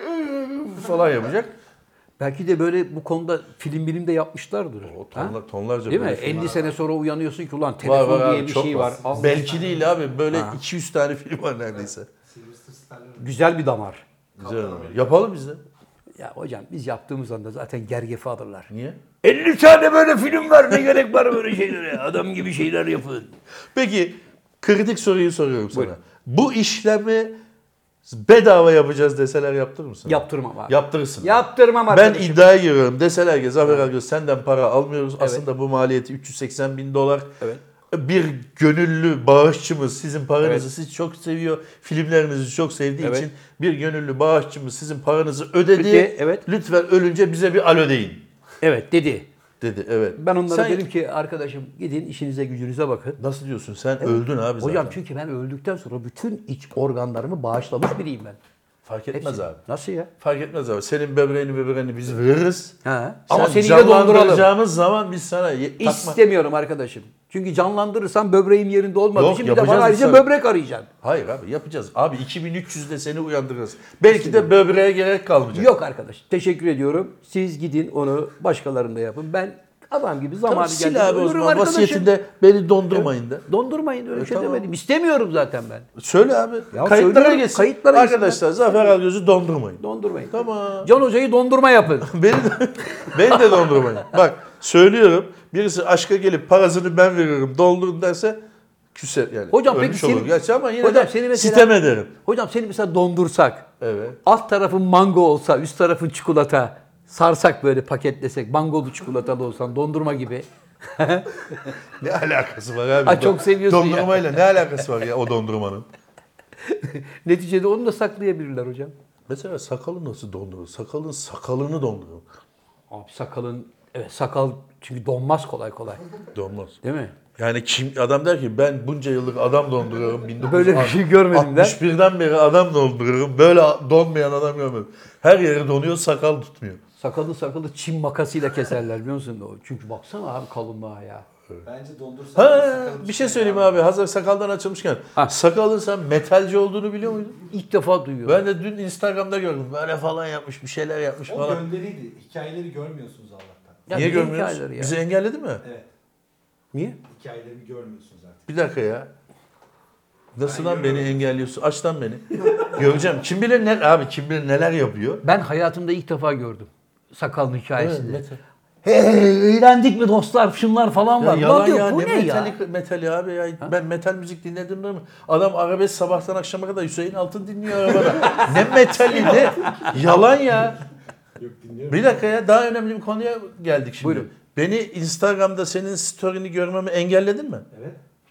[SPEAKER 2] falan yapacak.
[SPEAKER 1] Belki de böyle bu konuda film bilim de yapmışlardır.
[SPEAKER 2] O
[SPEAKER 1] Ha?
[SPEAKER 2] tonlar, tonlarca
[SPEAKER 1] Değil mi?
[SPEAKER 2] böyle film
[SPEAKER 1] elli sene sonra uyanıyorsun ki ulan
[SPEAKER 2] var,
[SPEAKER 1] telefon
[SPEAKER 2] var
[SPEAKER 1] diye
[SPEAKER 2] abi,
[SPEAKER 1] bir
[SPEAKER 2] çok
[SPEAKER 1] şey var. Allah-
[SPEAKER 2] Belki değil abi. Böyle
[SPEAKER 1] Ha.
[SPEAKER 2] iki yüz tane film var neredeyse.
[SPEAKER 3] Sylvester Stallone.
[SPEAKER 1] Güzel bir damar.
[SPEAKER 2] Güzel. Yapalım biz de.
[SPEAKER 1] Ya hocam biz yaptığımız anda zaten gergefe alırlar.
[SPEAKER 2] Niye?
[SPEAKER 1] elli tane böyle film var ne gerek var böyle şeylere? Adam gibi şeyler yapın.
[SPEAKER 2] Peki kritik soruyu soruyorum sana.
[SPEAKER 1] Buyurun.
[SPEAKER 2] Bu işlemi bedava yapacağız deseler yaptırır mısın?
[SPEAKER 1] Yaptırmam abi.
[SPEAKER 2] Yaptırırsın.
[SPEAKER 1] Yaptırmam
[SPEAKER 2] Ben
[SPEAKER 1] arkadaşım.
[SPEAKER 2] iddiaya giriyorum. Deseler ki Zafer Algöz senden para almıyoruz. Aslında bu maliyeti üç yüz seksen bin dolar.
[SPEAKER 1] Evet.
[SPEAKER 2] Bir gönüllü bağışçımız sizin paranızı
[SPEAKER 1] Evet.
[SPEAKER 2] siz çok seviyor. Filmlerinizi çok sevdiği
[SPEAKER 1] Evet.
[SPEAKER 2] için bir gönüllü bağışçımız sizin paranızı ödedi.
[SPEAKER 1] Ödedi, evet.
[SPEAKER 2] Lütfen ölünce bize bir alo deyin.
[SPEAKER 1] Evet dedi.
[SPEAKER 2] Dedi evet.
[SPEAKER 1] Ben onlara
[SPEAKER 2] Sen-
[SPEAKER 1] dedim ki arkadaşım gidin işinize gücünüze bakın.
[SPEAKER 2] Nasıl diyorsun? Sen öldün abi zaten.
[SPEAKER 1] Hocam çünkü ben öldükten sonra bütün iç organlarımı bağışlamış biriyim ben.
[SPEAKER 2] Fark etmez
[SPEAKER 1] Hepsini.
[SPEAKER 2] abi.
[SPEAKER 1] Nasıl ya?
[SPEAKER 2] Fark etmez abi. Senin böbreğini böbreğini biz veririz.
[SPEAKER 1] Ha.
[SPEAKER 2] Sen
[SPEAKER 1] Ama seni de donduralım.
[SPEAKER 2] canlandıracağımız zaman biz sana ye- takma.
[SPEAKER 1] İstemiyorum arkadaşım. Çünkü canlandırırsam böbreğim yerinde olmadığı
[SPEAKER 2] Yok,
[SPEAKER 1] için bir de bana
[SPEAKER 2] yapacağız
[SPEAKER 1] ayrıca
[SPEAKER 2] tabii.
[SPEAKER 1] böbrek arayacaksın.
[SPEAKER 2] Hayır abi yapacağız. Abi iki bin üç yüzde seni uyandırırız. Belki de böbreğe gerek kalmayacak.
[SPEAKER 1] Yok arkadaş. Teşekkür ediyorum. Siz gidin onu başkalarında yapın. Ben adam gibi zamanı
[SPEAKER 2] Tamam,
[SPEAKER 1] geldi.
[SPEAKER 2] sil abi o
[SPEAKER 1] ölürüm
[SPEAKER 2] zaman
[SPEAKER 1] arkadaşım.
[SPEAKER 2] vasiyetinde beni dondurmayın da.
[SPEAKER 1] Dondurmayın öyle
[SPEAKER 2] E,
[SPEAKER 1] şey
[SPEAKER 2] tamam.
[SPEAKER 1] demedim. İstemiyorum zaten ben.
[SPEAKER 2] Söyle abi.
[SPEAKER 1] Ya
[SPEAKER 2] Kayıtlara
[SPEAKER 1] söylüyorum,
[SPEAKER 2] geçsin.
[SPEAKER 1] kayıtlara geçsin.
[SPEAKER 2] Arkadaşlar Zafer Algöz'ü dondurmayın.
[SPEAKER 1] Dondurmayın.
[SPEAKER 2] Tamam.
[SPEAKER 1] Can Hoca'yı dondurma yapın.
[SPEAKER 2] Beni de, beni de dondurmayın. Bak söylüyorum. Birisi aşka gelip parasını ben veririm doldurun derse küser yani.
[SPEAKER 1] Hocam
[SPEAKER 2] Ölmüş
[SPEAKER 1] peki
[SPEAKER 2] olur.
[SPEAKER 1] seni-
[SPEAKER 2] Gerçi ama yine
[SPEAKER 1] Hocam
[SPEAKER 2] de
[SPEAKER 1] seni mesela-
[SPEAKER 2] sitem ederim.
[SPEAKER 1] Hocam seni mesela dondursak.
[SPEAKER 2] Evet.
[SPEAKER 1] Alt tarafın mango olsa, üst tarafın çikolata. Sarsak böyle paketlesek. Mangolu çikolatalı olsan dondurma gibi.
[SPEAKER 2] Ne alakası var abi?
[SPEAKER 1] Ay, çok seviyorsun ya.
[SPEAKER 2] Dondurmayla ne alakası var ya o dondurmanın?
[SPEAKER 1] Neticede onu da saklayabilirler hocam.
[SPEAKER 2] Mesela sakalı nasıl dondurur? Sakalın sakalını dondurur.
[SPEAKER 1] Abi sakalın, evet sakal çünkü donmaz kolay kolay.
[SPEAKER 2] Donmaz.
[SPEAKER 1] Değil mi?
[SPEAKER 2] Yani kim adam der ki ben bunca yıllık adam donduruyorum.
[SPEAKER 1] Böyle bir şey görmedim der.
[SPEAKER 2] altmış birden beri adam donduruyorum. Böyle donmayan adam görmedim. Her yeri donuyor sakal tutmuyor.
[SPEAKER 1] Sakalı sakalı çim makasıyla keserler biliyor musun? O? Çünkü baksana abi kalınlığa ya.
[SPEAKER 3] Bence dondursak
[SPEAKER 2] Ha,
[SPEAKER 3] sakalım
[SPEAKER 2] bir şey
[SPEAKER 3] çıkar
[SPEAKER 2] söyleyeyim
[SPEAKER 3] ya.
[SPEAKER 2] abi. Hazır sakaldan açılmışken.
[SPEAKER 1] Ha.
[SPEAKER 2] Sakalın sen metalci olduğunu biliyor muydun?
[SPEAKER 1] İlk defa duyuyorum.
[SPEAKER 2] Ben de dün Instagram'da gördüm. Böyle falan yapmış, bir şeyler yapmış
[SPEAKER 3] O
[SPEAKER 2] falan.
[SPEAKER 3] gönderiydi. Hikayeleri görmüyorsunuz Allah'tan.
[SPEAKER 1] Ya
[SPEAKER 2] Niye
[SPEAKER 1] ne
[SPEAKER 2] görmüyoruz?
[SPEAKER 1] hikayeleri ya?
[SPEAKER 2] Bizi engelledi mi?
[SPEAKER 3] Evet.
[SPEAKER 1] Niye?
[SPEAKER 3] Hikayeleri görmüyorsunuz artık.
[SPEAKER 2] Bir dakika ya. Nasıl
[SPEAKER 3] Ben
[SPEAKER 2] lan beni
[SPEAKER 3] görüyorum.
[SPEAKER 2] engelliyorsun? Aç lan beni. Göreceğim. Kim bilir ne abi kim bilir neler yapıyor.
[SPEAKER 1] Ben hayatımda ilk defa gördüm. Sakalın hikayesini.
[SPEAKER 2] Evet, metal.
[SPEAKER 1] Hey, eğlendik mi dostlar şunlar falan
[SPEAKER 2] Ya
[SPEAKER 1] var.
[SPEAKER 2] yalan
[SPEAKER 1] Lan diyor,
[SPEAKER 2] ya
[SPEAKER 1] bu
[SPEAKER 2] ne,
[SPEAKER 1] ne ya?
[SPEAKER 2] metali, metali abi ya. Ben metal müzik dinledim mi? Adam arabesk sabahtan akşama kadar Hüseyin Altın dinliyor arabada. Ne metali ne? Yalan ya.
[SPEAKER 3] Yok dinliyorum.
[SPEAKER 2] Bir dakika ya daha önemli bir konuya geldik şimdi.
[SPEAKER 1] Buyurun.
[SPEAKER 2] Beni Instagram'da senin story'ni görmemi engelledin mi?
[SPEAKER 3] Evet.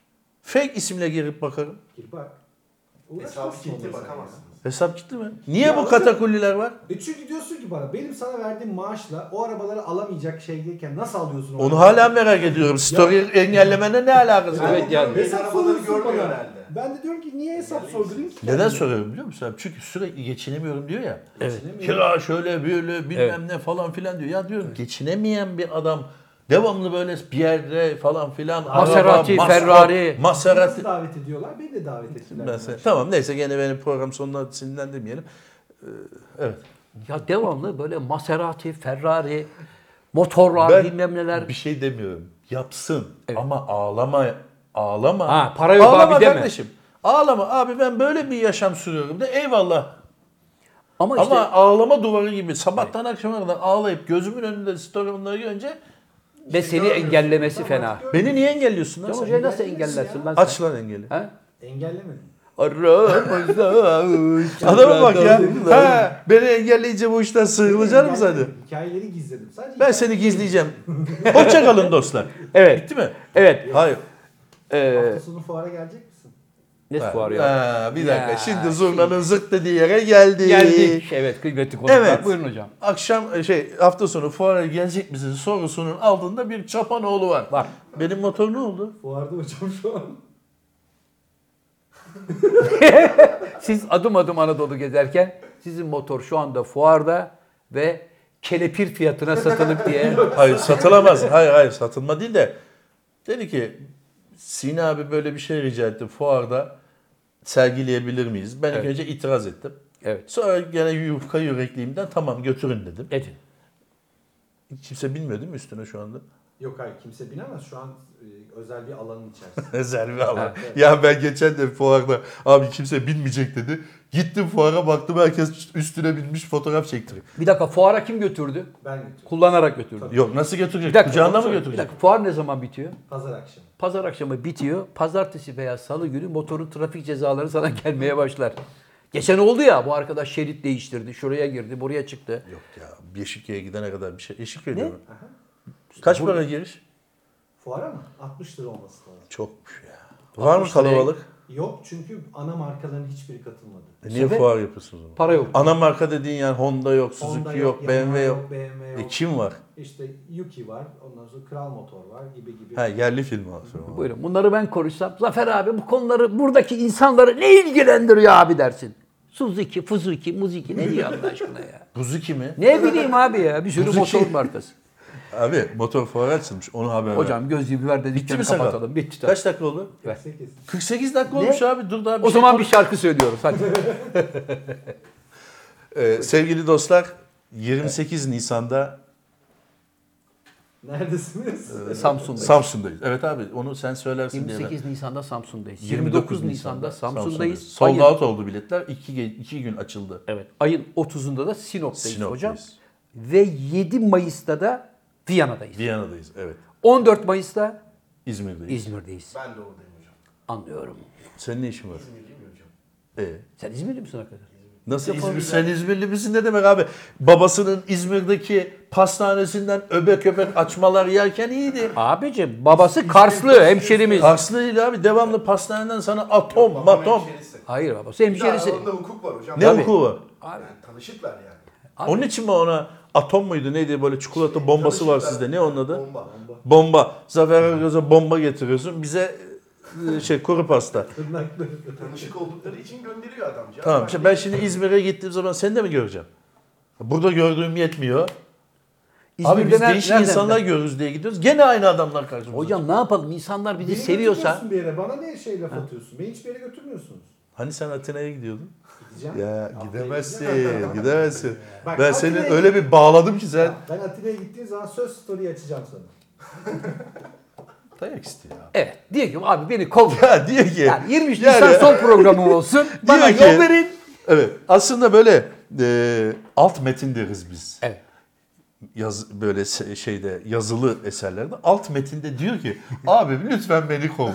[SPEAKER 2] Fake isimle girip bakarım.
[SPEAKER 3] Gir bak.
[SPEAKER 4] Hesabı
[SPEAKER 3] Uğraşmazsın
[SPEAKER 4] kilitli
[SPEAKER 3] onunla sen
[SPEAKER 4] bakamazsınız.
[SPEAKER 2] Hesap kilitli mi? Niye
[SPEAKER 3] Ya
[SPEAKER 2] bu
[SPEAKER 3] hocam-
[SPEAKER 2] katakulliler var?
[SPEAKER 3] ya. E çünkü diyorsun ki bana benim sana verdiğim maaşla o arabaları alamayacak şeydeyken nasıl alıyorsun?
[SPEAKER 2] Onu hala merak ediyorum. Story engellemene ne alakası var?
[SPEAKER 1] Evet yani.
[SPEAKER 4] Yeni
[SPEAKER 3] Hesap
[SPEAKER 4] arabaları
[SPEAKER 3] soruyorsun
[SPEAKER 4] görmüyor
[SPEAKER 3] bana.
[SPEAKER 4] herhalde.
[SPEAKER 3] Ben de diyorum ki niye hesap sordurayım ki?
[SPEAKER 2] Neden
[SPEAKER 3] kendime?
[SPEAKER 2] soruyorum biliyor musun abi? Çünkü sürekli geçinemiyorum diyor ya.
[SPEAKER 3] Geçinemiyorum.
[SPEAKER 2] Kira şöyle böyle bilmem
[SPEAKER 1] Evet.
[SPEAKER 2] ne falan filan diyor. Ya diyorum geçinemeyen bir adam devamlı böyle bir yerde falan filan.
[SPEAKER 1] Maserati,
[SPEAKER 2] araba,
[SPEAKER 1] Ferrari.
[SPEAKER 3] Nasıl
[SPEAKER 2] Maserati.
[SPEAKER 3] davet ediyorlar? Beni de davet ettiler.
[SPEAKER 2] Ben sen- tamam neyse gene benim program sonuna sinirlendirmeyelim. Ee, evet.
[SPEAKER 1] Ya devamlı böyle Maserati, Ferrari, motorlar
[SPEAKER 2] Ben
[SPEAKER 1] bilmem neler.
[SPEAKER 2] bir şey demiyorum. Yapsın
[SPEAKER 1] Evet.
[SPEAKER 2] ama ağlama ağlama.
[SPEAKER 1] Ha, para yok
[SPEAKER 2] ağlama
[SPEAKER 1] abi deme.
[SPEAKER 2] kardeşim. Ağlama abi ben böyle bir yaşam sürüyorum de eyvallah.
[SPEAKER 1] Ama işte
[SPEAKER 2] Ama ağlama duvarı gibi sabahtan akşama kadar ağlayıp gözümün önünde story bunları görünce
[SPEAKER 1] ve seni engellemesi fena.
[SPEAKER 2] beni niye engelliyorsun lan
[SPEAKER 1] Can
[SPEAKER 2] sen?
[SPEAKER 1] Hoca'yı nasıl
[SPEAKER 3] Engellemesin
[SPEAKER 1] engellersin
[SPEAKER 3] ya.
[SPEAKER 1] ben
[SPEAKER 2] Aç
[SPEAKER 1] sana?
[SPEAKER 2] lan engeli.
[SPEAKER 1] Ha?
[SPEAKER 3] Engellemedim.
[SPEAKER 1] Aramızda
[SPEAKER 2] Adama bak ya. Ha, beni engelleyince bu işten sıyrılacak mı zaten?
[SPEAKER 3] Engellemedim. Hikayeleri gizledim. Sadece
[SPEAKER 2] Ben
[SPEAKER 3] hikaye-
[SPEAKER 2] seni gizleyeceğim. Hoşça kalın dostlar.
[SPEAKER 1] Evet.
[SPEAKER 2] Bitti mi?
[SPEAKER 1] Evet.
[SPEAKER 2] Hayır.
[SPEAKER 1] Ee,
[SPEAKER 3] Hafta sonu fuara gelecek misin?
[SPEAKER 1] ne
[SPEAKER 2] Ha,
[SPEAKER 1] fuarı ya?
[SPEAKER 2] ha, bir dakika.
[SPEAKER 1] Ya,
[SPEAKER 2] Şimdi zurnanın zırt dediği yere geldik.
[SPEAKER 1] Geldik. Evet kıymetli konuklar.
[SPEAKER 2] Evet.
[SPEAKER 1] Buyurun hocam.
[SPEAKER 2] Akşam şey hafta sonu fuara gelecek misin sorusunun altında bir çapanoğlu var.
[SPEAKER 1] Var.
[SPEAKER 2] Benim motor ne oldu?
[SPEAKER 3] Fuarda hocam şu an.
[SPEAKER 1] Siz adım adım Anadolu gezerken sizin motor şu anda fuarda ve kelepir fiyatına satılık diye.
[SPEAKER 2] Hayır satılamaz. Hayır hayır satılma değil de dedi ki Sina abi böyle bir şey rica etti fuarda sergileyebilir miyiz? Ben ilk
[SPEAKER 1] Evet.
[SPEAKER 2] önce itiraz ettim.
[SPEAKER 1] Evet.
[SPEAKER 2] Sonra gene yufka yürekliğimden tamam götürün dedim.
[SPEAKER 1] Edin.
[SPEAKER 2] Kimse bilmiyor değil mi üstüne şu anda?
[SPEAKER 3] Yok hayır kimse binemez. Şu an e, özel bir alanın içerisinde.
[SPEAKER 2] Rezervi alan.
[SPEAKER 3] Evet.
[SPEAKER 2] Ya ben geçen de fuarda abi kimse binmeyecek dedi. Gittim fuara baktım herkes üstüne binmiş fotoğraf çektiriyor.
[SPEAKER 1] Bir dakika fuara kim götürdü?
[SPEAKER 3] Ben götürdüm.
[SPEAKER 1] Kullanarak götürdü.
[SPEAKER 2] Yok nasıl götürecek?
[SPEAKER 1] Bir dakika.
[SPEAKER 2] Kucağında mı
[SPEAKER 1] Bir
[SPEAKER 2] götürecek?
[SPEAKER 1] dakika. Fuar ne zaman bitiyor?
[SPEAKER 3] Pazar akşamı.
[SPEAKER 1] Pazar akşamı bitiyor. Pazartesi veya salı günü motorun trafik cezaları sana gelmeye başlar. Geçen oldu ya bu arkadaş şerit değiştirdi. Şuraya girdi, buraya çıktı.
[SPEAKER 2] Yok ya Beşiköy'e gidene kadar bir şey. Beşiköy'de
[SPEAKER 1] Ne?
[SPEAKER 2] mi? Kaç para giriş?
[SPEAKER 3] Fuara mı? altmış lira olması lazım.
[SPEAKER 2] Çokmuş ya. Var mı
[SPEAKER 1] altmış liraya-
[SPEAKER 2] kalabalık?
[SPEAKER 3] Yok çünkü ana markaların hiçbiri katılmadı.
[SPEAKER 2] E niye
[SPEAKER 1] Sebep?
[SPEAKER 2] fuar yapıyorsunuz o zaman?
[SPEAKER 1] Para yok.
[SPEAKER 2] Ana marka dediğin yani Honda yok, Suzuki
[SPEAKER 3] Honda
[SPEAKER 2] yok, B M W
[SPEAKER 3] Yamaha
[SPEAKER 2] yok.
[SPEAKER 3] B M W
[SPEAKER 2] E
[SPEAKER 3] yok.
[SPEAKER 2] kim var?
[SPEAKER 3] İşte Yuki var. Ondan sonra Kral Motor var gibi gibi.
[SPEAKER 2] Ha yerli film var. sonra.
[SPEAKER 1] Buyurun bunları ben konuşsam. Zafer abi bu konuları buradaki insanları ne ilgilendiriyor abi dersin. Suzuki, Fuzuki, Muziki ne diyor Allah aşkına ya?
[SPEAKER 2] Buzuki mi?
[SPEAKER 1] Ne bileyim abi ya bir sürü
[SPEAKER 2] Suzuki.
[SPEAKER 1] motor markası.
[SPEAKER 2] Abi motor fuarı açılmış. Onu haber ver.
[SPEAKER 1] Hocam gözlüğü bir ver
[SPEAKER 2] Bitti
[SPEAKER 1] dedikten
[SPEAKER 2] mi sakal?
[SPEAKER 1] kapatalım. Bitti tabii.
[SPEAKER 2] Kaç dakika oldu?
[SPEAKER 1] Ver.
[SPEAKER 3] sekiz.
[SPEAKER 2] kırk sekiz dakika olmuş abi. Dur daha bir
[SPEAKER 1] O
[SPEAKER 2] şey
[SPEAKER 1] zaman bir
[SPEAKER 2] konuş-
[SPEAKER 1] şarkı söylüyoruz hadi.
[SPEAKER 2] Ee, sevgili dostlar yirmi sekiz Nisan'da
[SPEAKER 3] Neredesiniz?
[SPEAKER 1] Samsun'dayız.
[SPEAKER 2] Samsun'dayız. Evet abi onu sen söylersin
[SPEAKER 1] yirmi
[SPEAKER 2] diye ben.
[SPEAKER 1] sekiz Nisan'da Samsun'dayız. yirmi dokuz Nisan'da Samsun'dayız.
[SPEAKER 2] Sold
[SPEAKER 1] Ayın-
[SPEAKER 2] out oldu biletler. İki, ge- iki gün açıldı.
[SPEAKER 1] Evet. Ayın otuzunda da Sinop'tayız
[SPEAKER 2] Sinop'tayız.
[SPEAKER 1] hocam. Ve yedi Mayıs'ta da Viyana'dayız.
[SPEAKER 2] Viyana'dayız. Evet.
[SPEAKER 1] on dört Mayıs'ta
[SPEAKER 2] İzmir'deyiz.
[SPEAKER 1] İzmir'deyiz.
[SPEAKER 4] Ben de oradayım hocam.
[SPEAKER 1] Anlıyorum.
[SPEAKER 2] Senin ne işin var?
[SPEAKER 4] İzmirliyim ya hocam.
[SPEAKER 2] Ee,
[SPEAKER 1] Sen İzmirli misin hakikaten?
[SPEAKER 2] nasıl
[SPEAKER 1] defa
[SPEAKER 2] İzmir?
[SPEAKER 1] bir-
[SPEAKER 2] Sen İzmirli misin ne demek abi? Babasının İzmir'deki pastanesinden öbek öbek açmalar yerken iyiydi.
[SPEAKER 1] Abicim babası Karslı hemşerimiz.
[SPEAKER 2] Karslıydı abi. Devamlı pastaneden sana atom,
[SPEAKER 4] Babam
[SPEAKER 2] matom.
[SPEAKER 4] hemşerisi.
[SPEAKER 1] Hayır babası
[SPEAKER 4] Bir de
[SPEAKER 1] hemşerisi.
[SPEAKER 4] aralarında hukuk var hocam.
[SPEAKER 2] Ne
[SPEAKER 1] Tabii.
[SPEAKER 2] hukuku var?
[SPEAKER 1] Abi,
[SPEAKER 4] Yani tanışıklar yani.
[SPEAKER 1] abi,
[SPEAKER 2] Onun için mi ona atom muydu neydi böyle çikolata bombası var
[SPEAKER 4] Tanışıklar.
[SPEAKER 2] sizde. Ne onun adı?
[SPEAKER 4] Bomba.
[SPEAKER 2] Bomba. Zafer Algöz'e bomba getiriyorsun. Bize e, şey kuru pasta.
[SPEAKER 3] Tırnaklı.
[SPEAKER 4] Tanışık oldukları için gönderiyor adamcağız.
[SPEAKER 2] Tamam. Işte ben şimdi İzmir'e gittiğim zaman seni de mi göreceğim? Burada gördüğüm yetmiyor. Abi biz
[SPEAKER 1] İzmir'de ner-
[SPEAKER 2] değişik
[SPEAKER 1] nereden-
[SPEAKER 2] insanlar görürüz diye gidiyoruz. Gene aynı adamlar karşımıza.
[SPEAKER 1] Hocam ne yapalım insanlar bizi
[SPEAKER 3] Beni
[SPEAKER 1] seviyorsa.
[SPEAKER 3] götürmüyorsun bir yere. Bana niye şey laf atıyorsun? Beni hiçbir yere götürmüyorsunuz.
[SPEAKER 2] Hani sen Atina'ya gidiyordun?
[SPEAKER 3] Gideceğim.
[SPEAKER 2] Ya
[SPEAKER 3] Haftaya
[SPEAKER 2] gidemezsin,
[SPEAKER 3] gideceğim.
[SPEAKER 2] gidemezsin.
[SPEAKER 3] Bak,
[SPEAKER 2] Ben
[SPEAKER 3] Atina'ya
[SPEAKER 2] seni öyle bir bağladım ki sen.
[SPEAKER 3] Ben Atina'ya gittiğim zaman söz story açacağım sana.
[SPEAKER 2] Dayak istiyor ya.
[SPEAKER 1] Evet diyor ki abi beni kov.
[SPEAKER 2] Ya diyor ki.
[SPEAKER 1] Yani yirmi üç
[SPEAKER 2] yani-
[SPEAKER 1] Nisan son programım olsun. Bana
[SPEAKER 2] Diyor ki-
[SPEAKER 1] yol verin.
[SPEAKER 2] Evet. Aslında böyle e, alt metin deriz biz.
[SPEAKER 1] Evet.
[SPEAKER 2] Yaz, böyle se- şeyde yazılı eserlerde alt metinde diyor ki abi lütfen beni kov.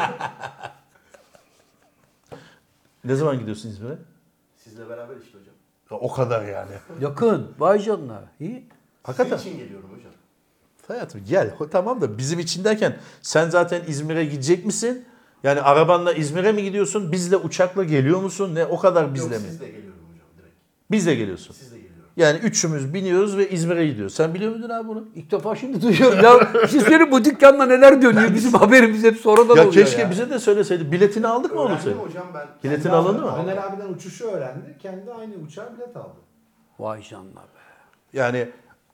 [SPEAKER 2] Ne zaman gidiyorsun İzmir'e?
[SPEAKER 4] Sizle beraber işte hocam.
[SPEAKER 2] Ya o kadar yani.
[SPEAKER 1] Yakın. Vay canına. İyi.
[SPEAKER 2] Hakikaten.
[SPEAKER 4] Sizin için geliyorum hocam.
[SPEAKER 2] Hayatım gel. Tamam da bizim için derken sen zaten İzmir'e gidecek misin? Yani arabanla İzmir'e mi gidiyorsun? Bizle uçakla geliyor musun? Ne o kadar bizle
[SPEAKER 4] Yok,
[SPEAKER 2] mi?
[SPEAKER 4] sizle geliyorum hocam direkt.
[SPEAKER 2] Bizle geliyorsun.
[SPEAKER 4] Sizle geliyorum.
[SPEAKER 2] Yani üçümüz biniyoruz ve İzmir'e gidiyoruz. Sen biliyor muydun abi bunu?
[SPEAKER 1] İlk defa şimdi duyuyorum ya. Bir şey söyleyeyim, bu dükkanda neler dönüyor? Bizim haberimiz hep sonradan
[SPEAKER 2] Ya
[SPEAKER 1] oluyor
[SPEAKER 2] keşke
[SPEAKER 1] ya.
[SPEAKER 2] bize de söyleseydi. Biletini aldık mı oğlum
[SPEAKER 4] Öğrendim
[SPEAKER 2] senin?
[SPEAKER 4] hocam ben.
[SPEAKER 2] Biletin
[SPEAKER 3] Kendi
[SPEAKER 2] alındı
[SPEAKER 3] aldı.
[SPEAKER 2] mı?
[SPEAKER 3] Öner abiden uçuşu öğrendi. Kendi aynı uçağa bilet aldı.
[SPEAKER 1] Vay canına be.
[SPEAKER 2] Yani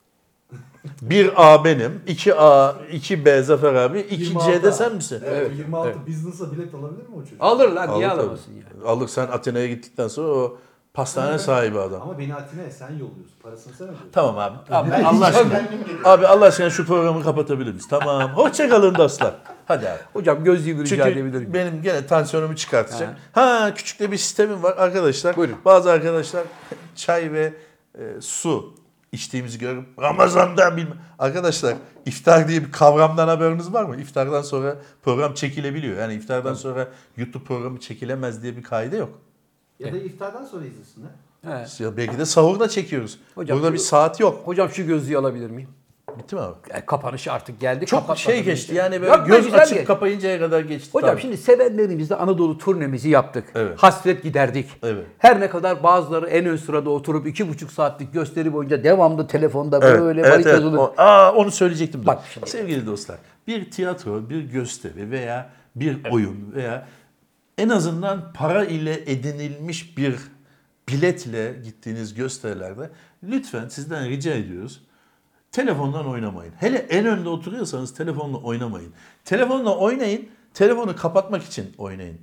[SPEAKER 2] bir A benim, iki A, iki B Zafer abi, iki
[SPEAKER 3] yirmi
[SPEAKER 2] C de
[SPEAKER 3] altı.
[SPEAKER 2] sen misin?
[SPEAKER 3] Evet,
[SPEAKER 1] Evet,
[SPEAKER 3] yirmi altı
[SPEAKER 1] evet.
[SPEAKER 3] business'a bilet alabilir mi o çocuk?
[SPEAKER 1] Alır lan, niye
[SPEAKER 2] Alır tabii.
[SPEAKER 1] alamasın ya?
[SPEAKER 2] Alır, sen Atina'ya gittikten sonra o pastane sahibi adam.
[SPEAKER 3] Ama beni Atina'ya sen yolluyorsun. Parasını sen ödüyorsun.
[SPEAKER 2] Tamam abi. Abi
[SPEAKER 4] Ben
[SPEAKER 2] Allah aşkına.
[SPEAKER 4] kendim geliyorum.
[SPEAKER 2] Abi Allah aşkına şu programı kapatabilir miyiz? Tamam. Hoşça kalın dostlar. Hadi abi.
[SPEAKER 1] Hocam gözlüğümü rica edebilir
[SPEAKER 2] Çünkü
[SPEAKER 1] miyim?
[SPEAKER 2] benim gene tansiyonumu çıkartacak. Ha, küçük de bir sistemim var arkadaşlar.
[SPEAKER 1] Buyurun.
[SPEAKER 2] Bazı arkadaşlar çay ve e, su içtiğimizi görüp Ramazan'da bilmem. Arkadaşlar iftar diye bir kavramdan haberiniz var mı? İftardan sonra program çekilebiliyor. Yani iftardan sonra YouTube programı çekilemez diye bir kaide yok.
[SPEAKER 3] Ya da iftardan sonra izlesinler.
[SPEAKER 1] He.
[SPEAKER 2] Ya belki de sahurda çekiyoruz.
[SPEAKER 1] Hocam
[SPEAKER 2] Burada
[SPEAKER 1] şu-
[SPEAKER 2] bir saat yok.
[SPEAKER 1] Hocam şu gözlüğü alabilir miyim?
[SPEAKER 2] Bitti mi abi?
[SPEAKER 1] E, kapanış artık geldi.
[SPEAKER 2] Çok
[SPEAKER 1] Kapatmadan
[SPEAKER 2] şey
[SPEAKER 1] önce.
[SPEAKER 2] geçti yani böyle
[SPEAKER 1] Yok be,
[SPEAKER 2] göz
[SPEAKER 1] güzel
[SPEAKER 2] açıp
[SPEAKER 1] geçti.
[SPEAKER 2] kapayıncaya kadar geçti.
[SPEAKER 1] Hocam
[SPEAKER 2] tabii.
[SPEAKER 1] şimdi sevenlerimizle Anadolu turnemizi yaptık.
[SPEAKER 2] Evet.
[SPEAKER 1] Hasret giderdik.
[SPEAKER 2] Evet.
[SPEAKER 1] Her ne kadar bazıları en ön sırada oturup iki buçuk saatlik gösteri boyunca devamlı telefonda
[SPEAKER 2] Evet,
[SPEAKER 1] böyle
[SPEAKER 2] evet,
[SPEAKER 1] balık
[SPEAKER 2] evet.
[SPEAKER 1] yazılı.
[SPEAKER 2] O- aa, onu söyleyecektim.
[SPEAKER 1] Bak
[SPEAKER 2] Bak,
[SPEAKER 1] şimdi.
[SPEAKER 2] sevgili dostlar, bir tiyatro, bir gösteri veya bir oyun veya en azından para ile edinilmiş bir biletle gittiğiniz gösterilerde lütfen sizden rica ediyoruz. Telefondan oynamayın. Hele en önde oturuyorsanız telefonla oynamayın. Telefonla oynayın, telefonu kapatmak için oynayın.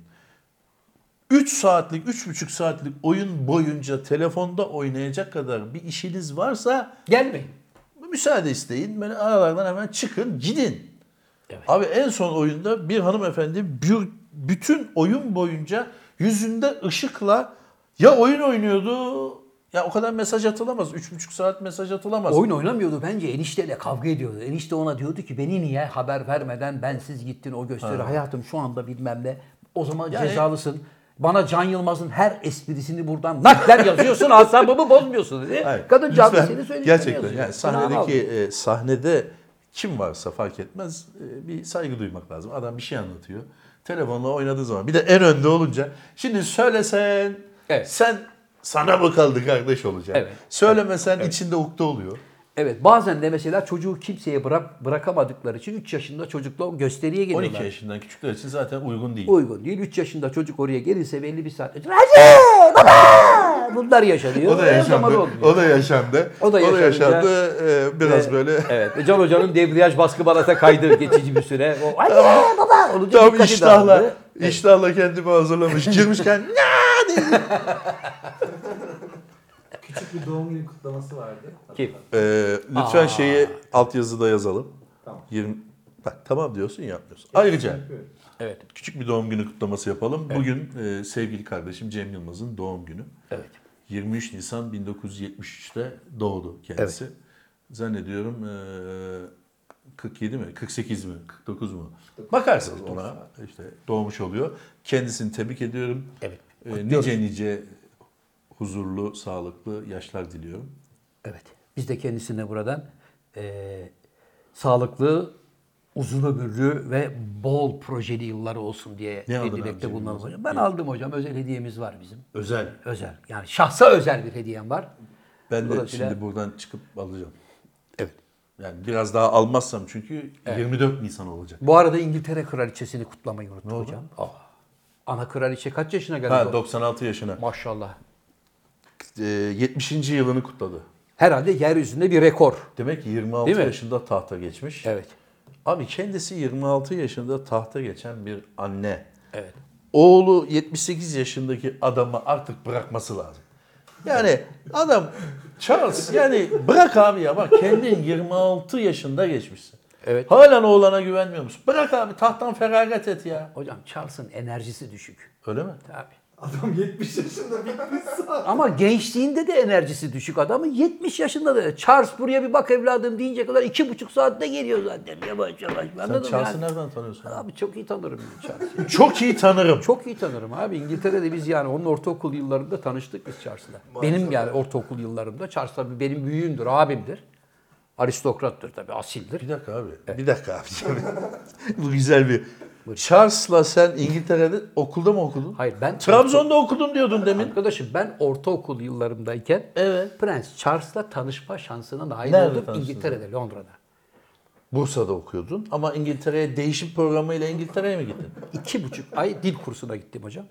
[SPEAKER 2] üç saatlik, üç buçuk saatlik oyun boyunca telefonda oynayacak kadar bir işiniz varsa
[SPEAKER 1] Gelmeyin.
[SPEAKER 2] müsaade isteyin. Böyle aralardan hemen çıkın, gidin.
[SPEAKER 1] Evet.
[SPEAKER 2] Abi en son oyunda bir hanımefendi bir, bütün oyun boyunca yüzünde ışıkla ya oyun oynuyordu ya o kadar mesaj atılamaz. Üç buçuk saat mesaj atılamaz.
[SPEAKER 1] Oyun oynamıyordu bence, enişteyle kavga ediyordu. Enişte ona diyordu ki beni niye haber vermeden bensiz gittin o gösteri. Hayatım şu anda bilmem ne. O zaman
[SPEAKER 2] Yani-
[SPEAKER 1] cezalısın. Bana Can Yılmaz'ın her esprisini buradan nakler yazıyorsun, asabımı bozmuyorsun dedi.
[SPEAKER 2] Hayır,
[SPEAKER 1] Kadın canlı
[SPEAKER 2] lütfen,
[SPEAKER 1] seni söyleyip
[SPEAKER 2] gerçekten
[SPEAKER 1] yazıyor.
[SPEAKER 2] yani
[SPEAKER 1] Sana
[SPEAKER 2] sahnedeki
[SPEAKER 1] aldım.
[SPEAKER 2] e, sahnede kim varsa fark etmez e, bir saygı duymak lazım. Adam bir şey anlatıyor. Telefonla oynadığı zaman bir de en önde olunca şimdi söylesen
[SPEAKER 1] Evet.
[SPEAKER 2] sen sana mı kaldı kardeş olacak.
[SPEAKER 1] Evet.
[SPEAKER 2] Söylemesen içinde ukde oluyor.
[SPEAKER 1] Evet, bazen de mesela çocuğu kimseye bırak bırakamadıkları için üç yaşında çocukla o gösteriye geliyorlar.
[SPEAKER 2] on iki yaşından küçükler için zaten uygun değil.
[SPEAKER 1] Uygun değil. üç yaşında çocuk oraya gelirse belli bir saatte Hacı! Baba! Bunlar yaşanıyor.
[SPEAKER 2] O da
[SPEAKER 1] zaman
[SPEAKER 2] yaşandı.
[SPEAKER 1] olmuyor.
[SPEAKER 2] O da yaşandı.
[SPEAKER 1] O da yaşanınca-
[SPEAKER 2] yaşandı. e, biraz
[SPEAKER 1] Ve-
[SPEAKER 2] böyle
[SPEAKER 1] Evet. ve Can Hoca'nın debriyaj baskı balata kaydı geçici bir süre. O, Hacı! Baba! Olunca
[SPEAKER 2] tam
[SPEAKER 1] dikkati
[SPEAKER 2] iştahla
[SPEAKER 1] dağıldı.
[SPEAKER 2] iştahla kendimi hazırlamış. Girmişken "Ya!" diye.
[SPEAKER 3] Küçük bir doğum günü kutlaması vardı.
[SPEAKER 1] Kim?
[SPEAKER 2] Ee, lütfen
[SPEAKER 1] Aa.
[SPEAKER 2] şeyi altyazıda yazalım.
[SPEAKER 3] Tamam.
[SPEAKER 2] yirmi Bak tamam diyorsun yapmıyorsun. Ayrıca
[SPEAKER 3] Yapıyorum.
[SPEAKER 1] Evet.
[SPEAKER 2] küçük bir doğum günü kutlaması yapalım. Bugün e, sevgili kardeşim Cem Yılmaz'ın doğum günü.
[SPEAKER 1] Evet.
[SPEAKER 2] yirmi üç Nisan bin dokuz yüz yetmiş üçte doğdu kendisi. Zannediyorum e, kırk yedi mi? kırk sekiz mi? kırk dokuz mu? Bakarsınız ona işte doğmuş oluyor. Kendisini tebrik ediyorum.
[SPEAKER 1] Evet.
[SPEAKER 2] E, nice nice huzurlu, sağlıklı yaşlar diliyorum.
[SPEAKER 1] Evet. Biz de kendisine buradan eee, sağlıklı, uzun ömürlü ve bol projeli yılları olsun diye
[SPEAKER 2] Ne
[SPEAKER 1] bir
[SPEAKER 2] aldın abi
[SPEAKER 1] dilekte
[SPEAKER 2] Cem
[SPEAKER 1] bulunalım
[SPEAKER 2] Yılmaz'ın?
[SPEAKER 1] hocam. Ben aldım hocam. Özel hediyemiz var bizim.
[SPEAKER 2] Özel.
[SPEAKER 1] Özel. Yani şahsa özel bir hediyem var.
[SPEAKER 2] Ben de
[SPEAKER 1] Dolayısıyla-
[SPEAKER 2] şimdi buradan çıkıp alacağım.
[SPEAKER 1] Evet.
[SPEAKER 2] Yani biraz daha almazsam çünkü yirmi dört Nisan olacak.
[SPEAKER 1] Bu arada İngiltere Kraliçesini kutlamayı unuttuk
[SPEAKER 2] Ne oldu?
[SPEAKER 1] hocam. Aa. Ana kraliçe kaç yaşına geldi?
[SPEAKER 2] Ha
[SPEAKER 1] o?
[SPEAKER 2] doksan altı yaşına.
[SPEAKER 1] Maşallah.
[SPEAKER 2] Ee, yetmişinci yılını kutladı.
[SPEAKER 1] Herhalde yeryüzünde bir rekor.
[SPEAKER 2] Demek ki yirmi altı
[SPEAKER 1] Değil mi?
[SPEAKER 2] yaşında tahta geçmiş.
[SPEAKER 1] Evet.
[SPEAKER 2] Abi kendisi yirmi altı yaşında tahta geçen bir anne.
[SPEAKER 1] Evet.
[SPEAKER 2] Oğlu yetmiş sekiz yaşındaki adamı artık bırakması lazım. Yani adam Charles yani bırak abi ya bak kendin yirmi altı yaşında geçmişsin.
[SPEAKER 1] Evet.
[SPEAKER 2] Halen oğlana güvenmiyor musun? Bırak abi tahttan feragat et ya.
[SPEAKER 1] Hocam Charles'ın enerjisi düşük.
[SPEAKER 2] Öyle mi?
[SPEAKER 1] Tabii.
[SPEAKER 3] Adam yetmiş yaşında bitmiş saat.
[SPEAKER 1] Ama gençliğinde de enerjisi düşük adamın. yetmiş yaşında da. Charles buraya bir bak evladım deyince kadar iki buçuk saatte geliyor zaten. Yavaş yavaş.
[SPEAKER 2] Sen
[SPEAKER 1] Anladın mı?
[SPEAKER 2] Charles'ı
[SPEAKER 1] Yani?
[SPEAKER 2] nereden tanıyorsun?
[SPEAKER 1] Abi çok iyi tanırım ben Charles'ı.
[SPEAKER 2] Çok iyi tanırım.
[SPEAKER 1] Çok iyi tanırım abi. İngiltere'de biz yani onun ortaokul yıllarında tanıştık biz Charles'la. Benim yani ortaokul yıllarımda. Charles tabii benim büyüğümdür, abimdir. Aristokrattır tabii, asildir.
[SPEAKER 2] Bir dakika abi. Bir dakika abi. Bu güzel bir Charles'la sen İngiltere'de okulda mı okudun?
[SPEAKER 1] Hayır ben
[SPEAKER 2] Trabzon'da okudum diyordun demin.
[SPEAKER 1] Arkadaşım ben ortaokul yıllarımdayken
[SPEAKER 2] Evet.
[SPEAKER 1] Prens Charles'la tanışma şansına nail
[SPEAKER 2] Nerede
[SPEAKER 1] oldum
[SPEAKER 2] tanıştınız?
[SPEAKER 1] İngiltere'de, Londra'da.
[SPEAKER 2] Bursa'da okuyordun ama İngiltere'ye değişim programıyla İngiltere'ye mi gittin?
[SPEAKER 1] İki buçuk ay dil kursuna gittim hocam.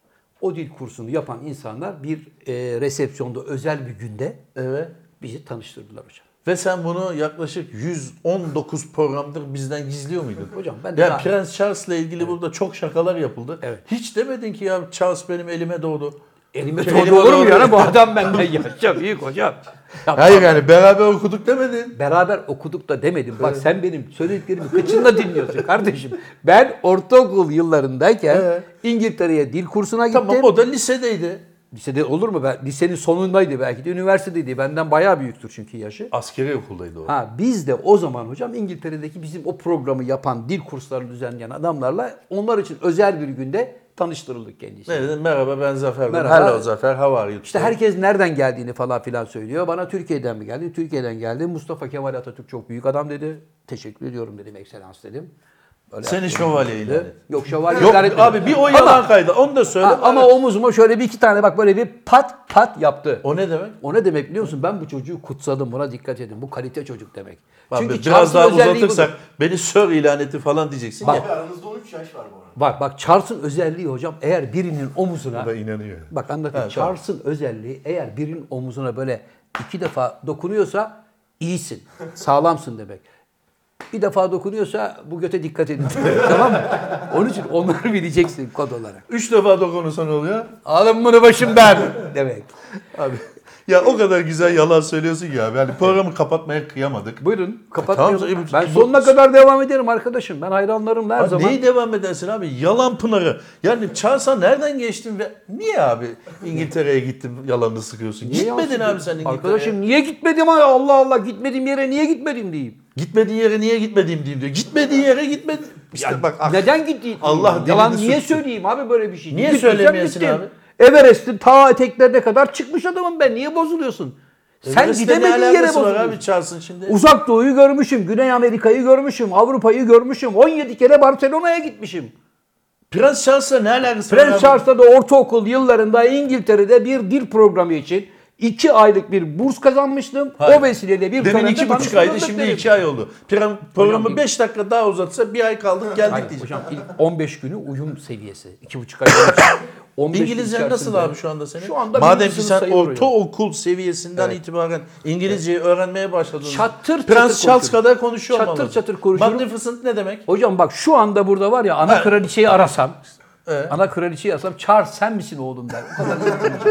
[SPEAKER 1] O dil kursunu yapan insanlar bir e, resepsiyonda özel bir günde
[SPEAKER 2] Evet.
[SPEAKER 1] bizi tanıştırdılar hocam.
[SPEAKER 2] Ve sen bunu yaklaşık yüz on dokuz programdır bizden gizliyor muydun?
[SPEAKER 1] Hocam ben
[SPEAKER 2] Ya
[SPEAKER 1] daha-
[SPEAKER 2] Prens Charles'la ilgili burada çok şakalar yapıldı.
[SPEAKER 1] Evet.
[SPEAKER 2] Hiç demedin ki ya Charles benim elime doğdu.
[SPEAKER 1] Elime
[SPEAKER 2] Elime
[SPEAKER 1] doğdu olur mu
[SPEAKER 2] doğdu.
[SPEAKER 1] yani bu adam benden yaşça büyük hocam. Ya
[SPEAKER 2] Hayır yani beraber okuduk demedin.
[SPEAKER 1] beraber okuduk da demedim. Bak sen benim söylediklerimi kıçınla dinliyorsun kardeşim. Ben ortaokul yıllarındayken
[SPEAKER 2] Evet.
[SPEAKER 1] İngiltere'ye dil kursuna gittim.
[SPEAKER 2] Tamam o da lisedeydi.
[SPEAKER 1] Lisede olur mu? Ben, lisenin sonundaydı belki de üniversitedeydi. Benden bayağı büyüktür çünkü yaşı.
[SPEAKER 2] Askeri okuldaydı o.
[SPEAKER 1] Ha biz de o zaman hocam İngiltere'deki bizim o programı yapan, dil kurslarını düzenleyen adamlarla onlar için özel bir günde tanıştırıldık kendisiyle.
[SPEAKER 2] Ne dedin? Merhaba ben Zafer.
[SPEAKER 1] Merhaba.
[SPEAKER 2] Hello Zafer, how are you?
[SPEAKER 1] İşte herkes nereden geldiğini falan filan söylüyor. Bana Türkiye'den mi geldi? Türkiye'den geldi. Mustafa Kemal Atatürk çok büyük adam dedi. Teşekkür ediyorum dedim, ekselans dedim. Böyle
[SPEAKER 2] Seni
[SPEAKER 1] yaptım.
[SPEAKER 2] şövalye ilan et.
[SPEAKER 1] Yok şövalye
[SPEAKER 2] Yok
[SPEAKER 1] ilan etmedi.
[SPEAKER 2] abi bir o yalan kaydı. Onu da söyle.
[SPEAKER 1] Ha, ama omuzuma şöyle bir iki tane bak böyle bir pat pat yaptı.
[SPEAKER 2] O ne demek?
[SPEAKER 1] O ne demek biliyor musun? Ben bu çocuğu kutsadım. Buna dikkat edin. Bu kalite çocuk demek.
[SPEAKER 2] Abi,
[SPEAKER 1] Çünkü
[SPEAKER 2] biraz
[SPEAKER 1] Charles'ın
[SPEAKER 2] daha
[SPEAKER 1] özelliği
[SPEAKER 2] uzatırsak
[SPEAKER 1] budur.
[SPEAKER 2] beni Sir ilan etti falan diyeceksin
[SPEAKER 1] Bak.
[SPEAKER 2] ya.
[SPEAKER 4] Abi aranızda on üç yaş var bu arada.
[SPEAKER 1] Bak bak Charles'ın özelliği hocam eğer birinin omuzuna
[SPEAKER 2] O da inanıyor.
[SPEAKER 1] bak anlatayım.
[SPEAKER 2] Ha, tamam.
[SPEAKER 1] Charles'ın özelliği eğer birinin omuzuna böyle iki defa dokunuyorsa iyisin. Sağlamsın demek. Bir defa dokunuyorsa bu göte dikkat edin. Tamam mı? Onun için onları bileceksin kod olarak.
[SPEAKER 2] Üç defa dokunursan oluyor.
[SPEAKER 1] Alın bunu başımdan demek.
[SPEAKER 2] Abi ya o kadar güzel yalan söylüyorsun ki abi. Yani programı kapatmaya kıyamadık.
[SPEAKER 1] Buyurun kapatmayalım.
[SPEAKER 2] Tamam,
[SPEAKER 1] ben
[SPEAKER 2] bu-
[SPEAKER 1] sonuna kadar devam ederim arkadaşım. Ben hayranlarımla her
[SPEAKER 2] Abi
[SPEAKER 1] zaman.
[SPEAKER 2] neyi devam edersin abi? Yalan pınarı. Yani Charles'a nereden geçtin ve niye abi İngiltere'ye gittin yalanını sıkıyorsun?
[SPEAKER 1] Niye
[SPEAKER 2] Gitmedin
[SPEAKER 1] yansıtıyor?
[SPEAKER 2] abi sen İngiltere'ye.
[SPEAKER 1] Arkadaşım niye gitmedim ay Allah Allah gitmediğim yere niye gitmedim diyeyim.
[SPEAKER 2] Gitmediği yere niye gitmediğim diyeyim diyor. Gitmediği yere gitmedi. İşte
[SPEAKER 1] Ya
[SPEAKER 2] bak ah,
[SPEAKER 1] neden gittiğim?
[SPEAKER 2] Allah
[SPEAKER 1] Yalan
[SPEAKER 2] dilini
[SPEAKER 1] niye
[SPEAKER 2] sürtsün.
[SPEAKER 1] söyleyeyim abi böyle bir şey?
[SPEAKER 2] Niye
[SPEAKER 1] Gittiysem
[SPEAKER 2] söylemeyesin
[SPEAKER 1] gittim.
[SPEAKER 2] abi?
[SPEAKER 1] Everest'in ta eteklerine kadar çıkmış adamım ben. Niye bozuluyorsun? Sen
[SPEAKER 2] Everest'le ne
[SPEAKER 1] gidemediğin yere
[SPEAKER 2] alakası var
[SPEAKER 1] bozuluyorsun.
[SPEAKER 2] abi Charles'ın şimdi.
[SPEAKER 1] Uzak Doğu'yu görmüşüm, Güney Amerika'yı görmüşüm, Avrupa'yı görmüşüm. on yedi kere Barcelona'ya gitmişim.
[SPEAKER 2] Prens Charles'la ne alakası var
[SPEAKER 1] Prens
[SPEAKER 2] abi?
[SPEAKER 1] Charles'ta da ortaokul yıllarında İngiltere'de bir dil programı için iki aylık bir burs kazanmıştım.
[SPEAKER 2] Hayır.
[SPEAKER 1] O vesileyle bir
[SPEAKER 2] Demin
[SPEAKER 1] törende
[SPEAKER 2] iki buçuk
[SPEAKER 1] tanıştırıldık
[SPEAKER 2] aydı şimdi
[SPEAKER 1] dedim.
[SPEAKER 2] iki ay oldu. Plan, programı
[SPEAKER 1] Hocam,
[SPEAKER 2] beş dakika daha uzatsa bir ay kaldık geldik
[SPEAKER 1] Hayır,
[SPEAKER 2] diyeceğim.
[SPEAKER 1] hocam ilk on beş günü uyum seviyesi. iki buçuk ay. on beş gün
[SPEAKER 2] İngilizcen nasıl
[SPEAKER 1] içerisinde-
[SPEAKER 2] abi şu anda senin?
[SPEAKER 1] Şu anda
[SPEAKER 2] Madem
[SPEAKER 1] birinci
[SPEAKER 2] ki
[SPEAKER 1] sınıf
[SPEAKER 2] sen
[SPEAKER 1] sayılır hocam.
[SPEAKER 2] ortaokul seviyesinden
[SPEAKER 1] Evet.
[SPEAKER 2] itibaren İngilizceyi öğrenmeye başladın.
[SPEAKER 1] Çatır çatır
[SPEAKER 2] Prens Charles
[SPEAKER 1] konuşurum.
[SPEAKER 2] kadar konuşuyor
[SPEAKER 1] Çatır
[SPEAKER 2] olmalısın.
[SPEAKER 1] çatır konuşurum.
[SPEAKER 2] Magnificent ne demek?
[SPEAKER 1] Hocam bak şu anda burada var ya ana kraliçeyi arasam.
[SPEAKER 2] Evet.
[SPEAKER 1] Ana kraliçeyi arasam Charles sen misin oğlum der. O kadar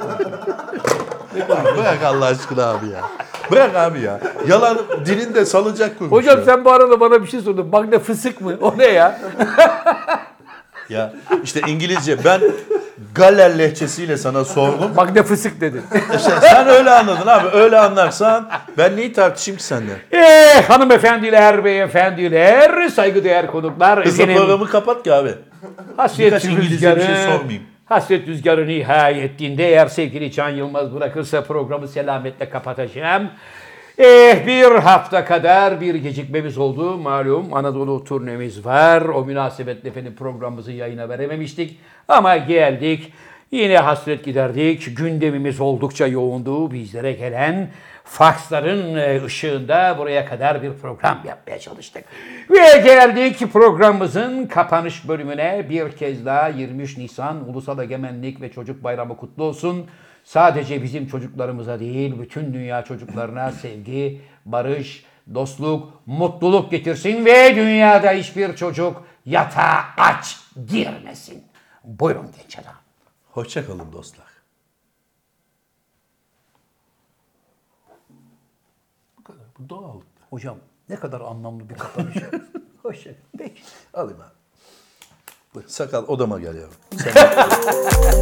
[SPEAKER 2] Bırak Allah aşkına abi ya. Bırak abi ya. Yalan dilinde salıncak kurmuş.
[SPEAKER 1] Hocam
[SPEAKER 2] ya.
[SPEAKER 1] sen bu arada bana bir şey sordun. Magna fısık mı? O ne ya?
[SPEAKER 2] Ya işte İngilizce ben Galler lehçesiyle sana sordum.
[SPEAKER 1] Magna fısık dedin.
[SPEAKER 2] İşte sen öyle anladın abi. Öyle anlarsan ben neyi tartışayım ki senden?
[SPEAKER 1] Eh hanımefendiler, beyefendiler, saygıdeğer konuklar.
[SPEAKER 2] Hızlı
[SPEAKER 1] Efendim,
[SPEAKER 2] programı kapat ki abi.
[SPEAKER 1] hasret
[SPEAKER 2] birkaç İngilizce bir şey
[SPEAKER 1] rüzgarı,
[SPEAKER 2] sormayayım.
[SPEAKER 1] hasret rüzgarı nihayetinde eğer sevgili Can Yılmaz bırakırsa programı selametle kapatacağım. Eh bir hafta kadar bir gecikmemiz oldu. Malum Anadolu turnemiz var. O münasebetle efendim programımızı yayına verememiştik. Ama geldik. Yine hasret giderdik. Gündemimiz oldukça yoğundu. Bizlere gelen faksların e, ışığında buraya kadar bir program yapmaya çalıştık. Ve geldik programımızın kapanış bölümüne. Bir kez daha yirmi üç Nisan Ulusal Egemenlik ve Çocuk Bayramı kutlu olsun. Sadece bizim çocuklarımıza değil, bütün dünya çocuklarına sevgi, barış, dostluk, mutluluk getirsin ve dünyada hiçbir çocuk yatağa aç girmesin. Buyurun genç adam.
[SPEAKER 2] Hoşça kalın dostlar. Bu kadar. Bu doğal.
[SPEAKER 1] Hocam ne kadar anlamlı bir kapanış. Hoşçakalın. Peki.
[SPEAKER 2] Alayım abi. Buyur. Sakal odama gel yavrum. Sen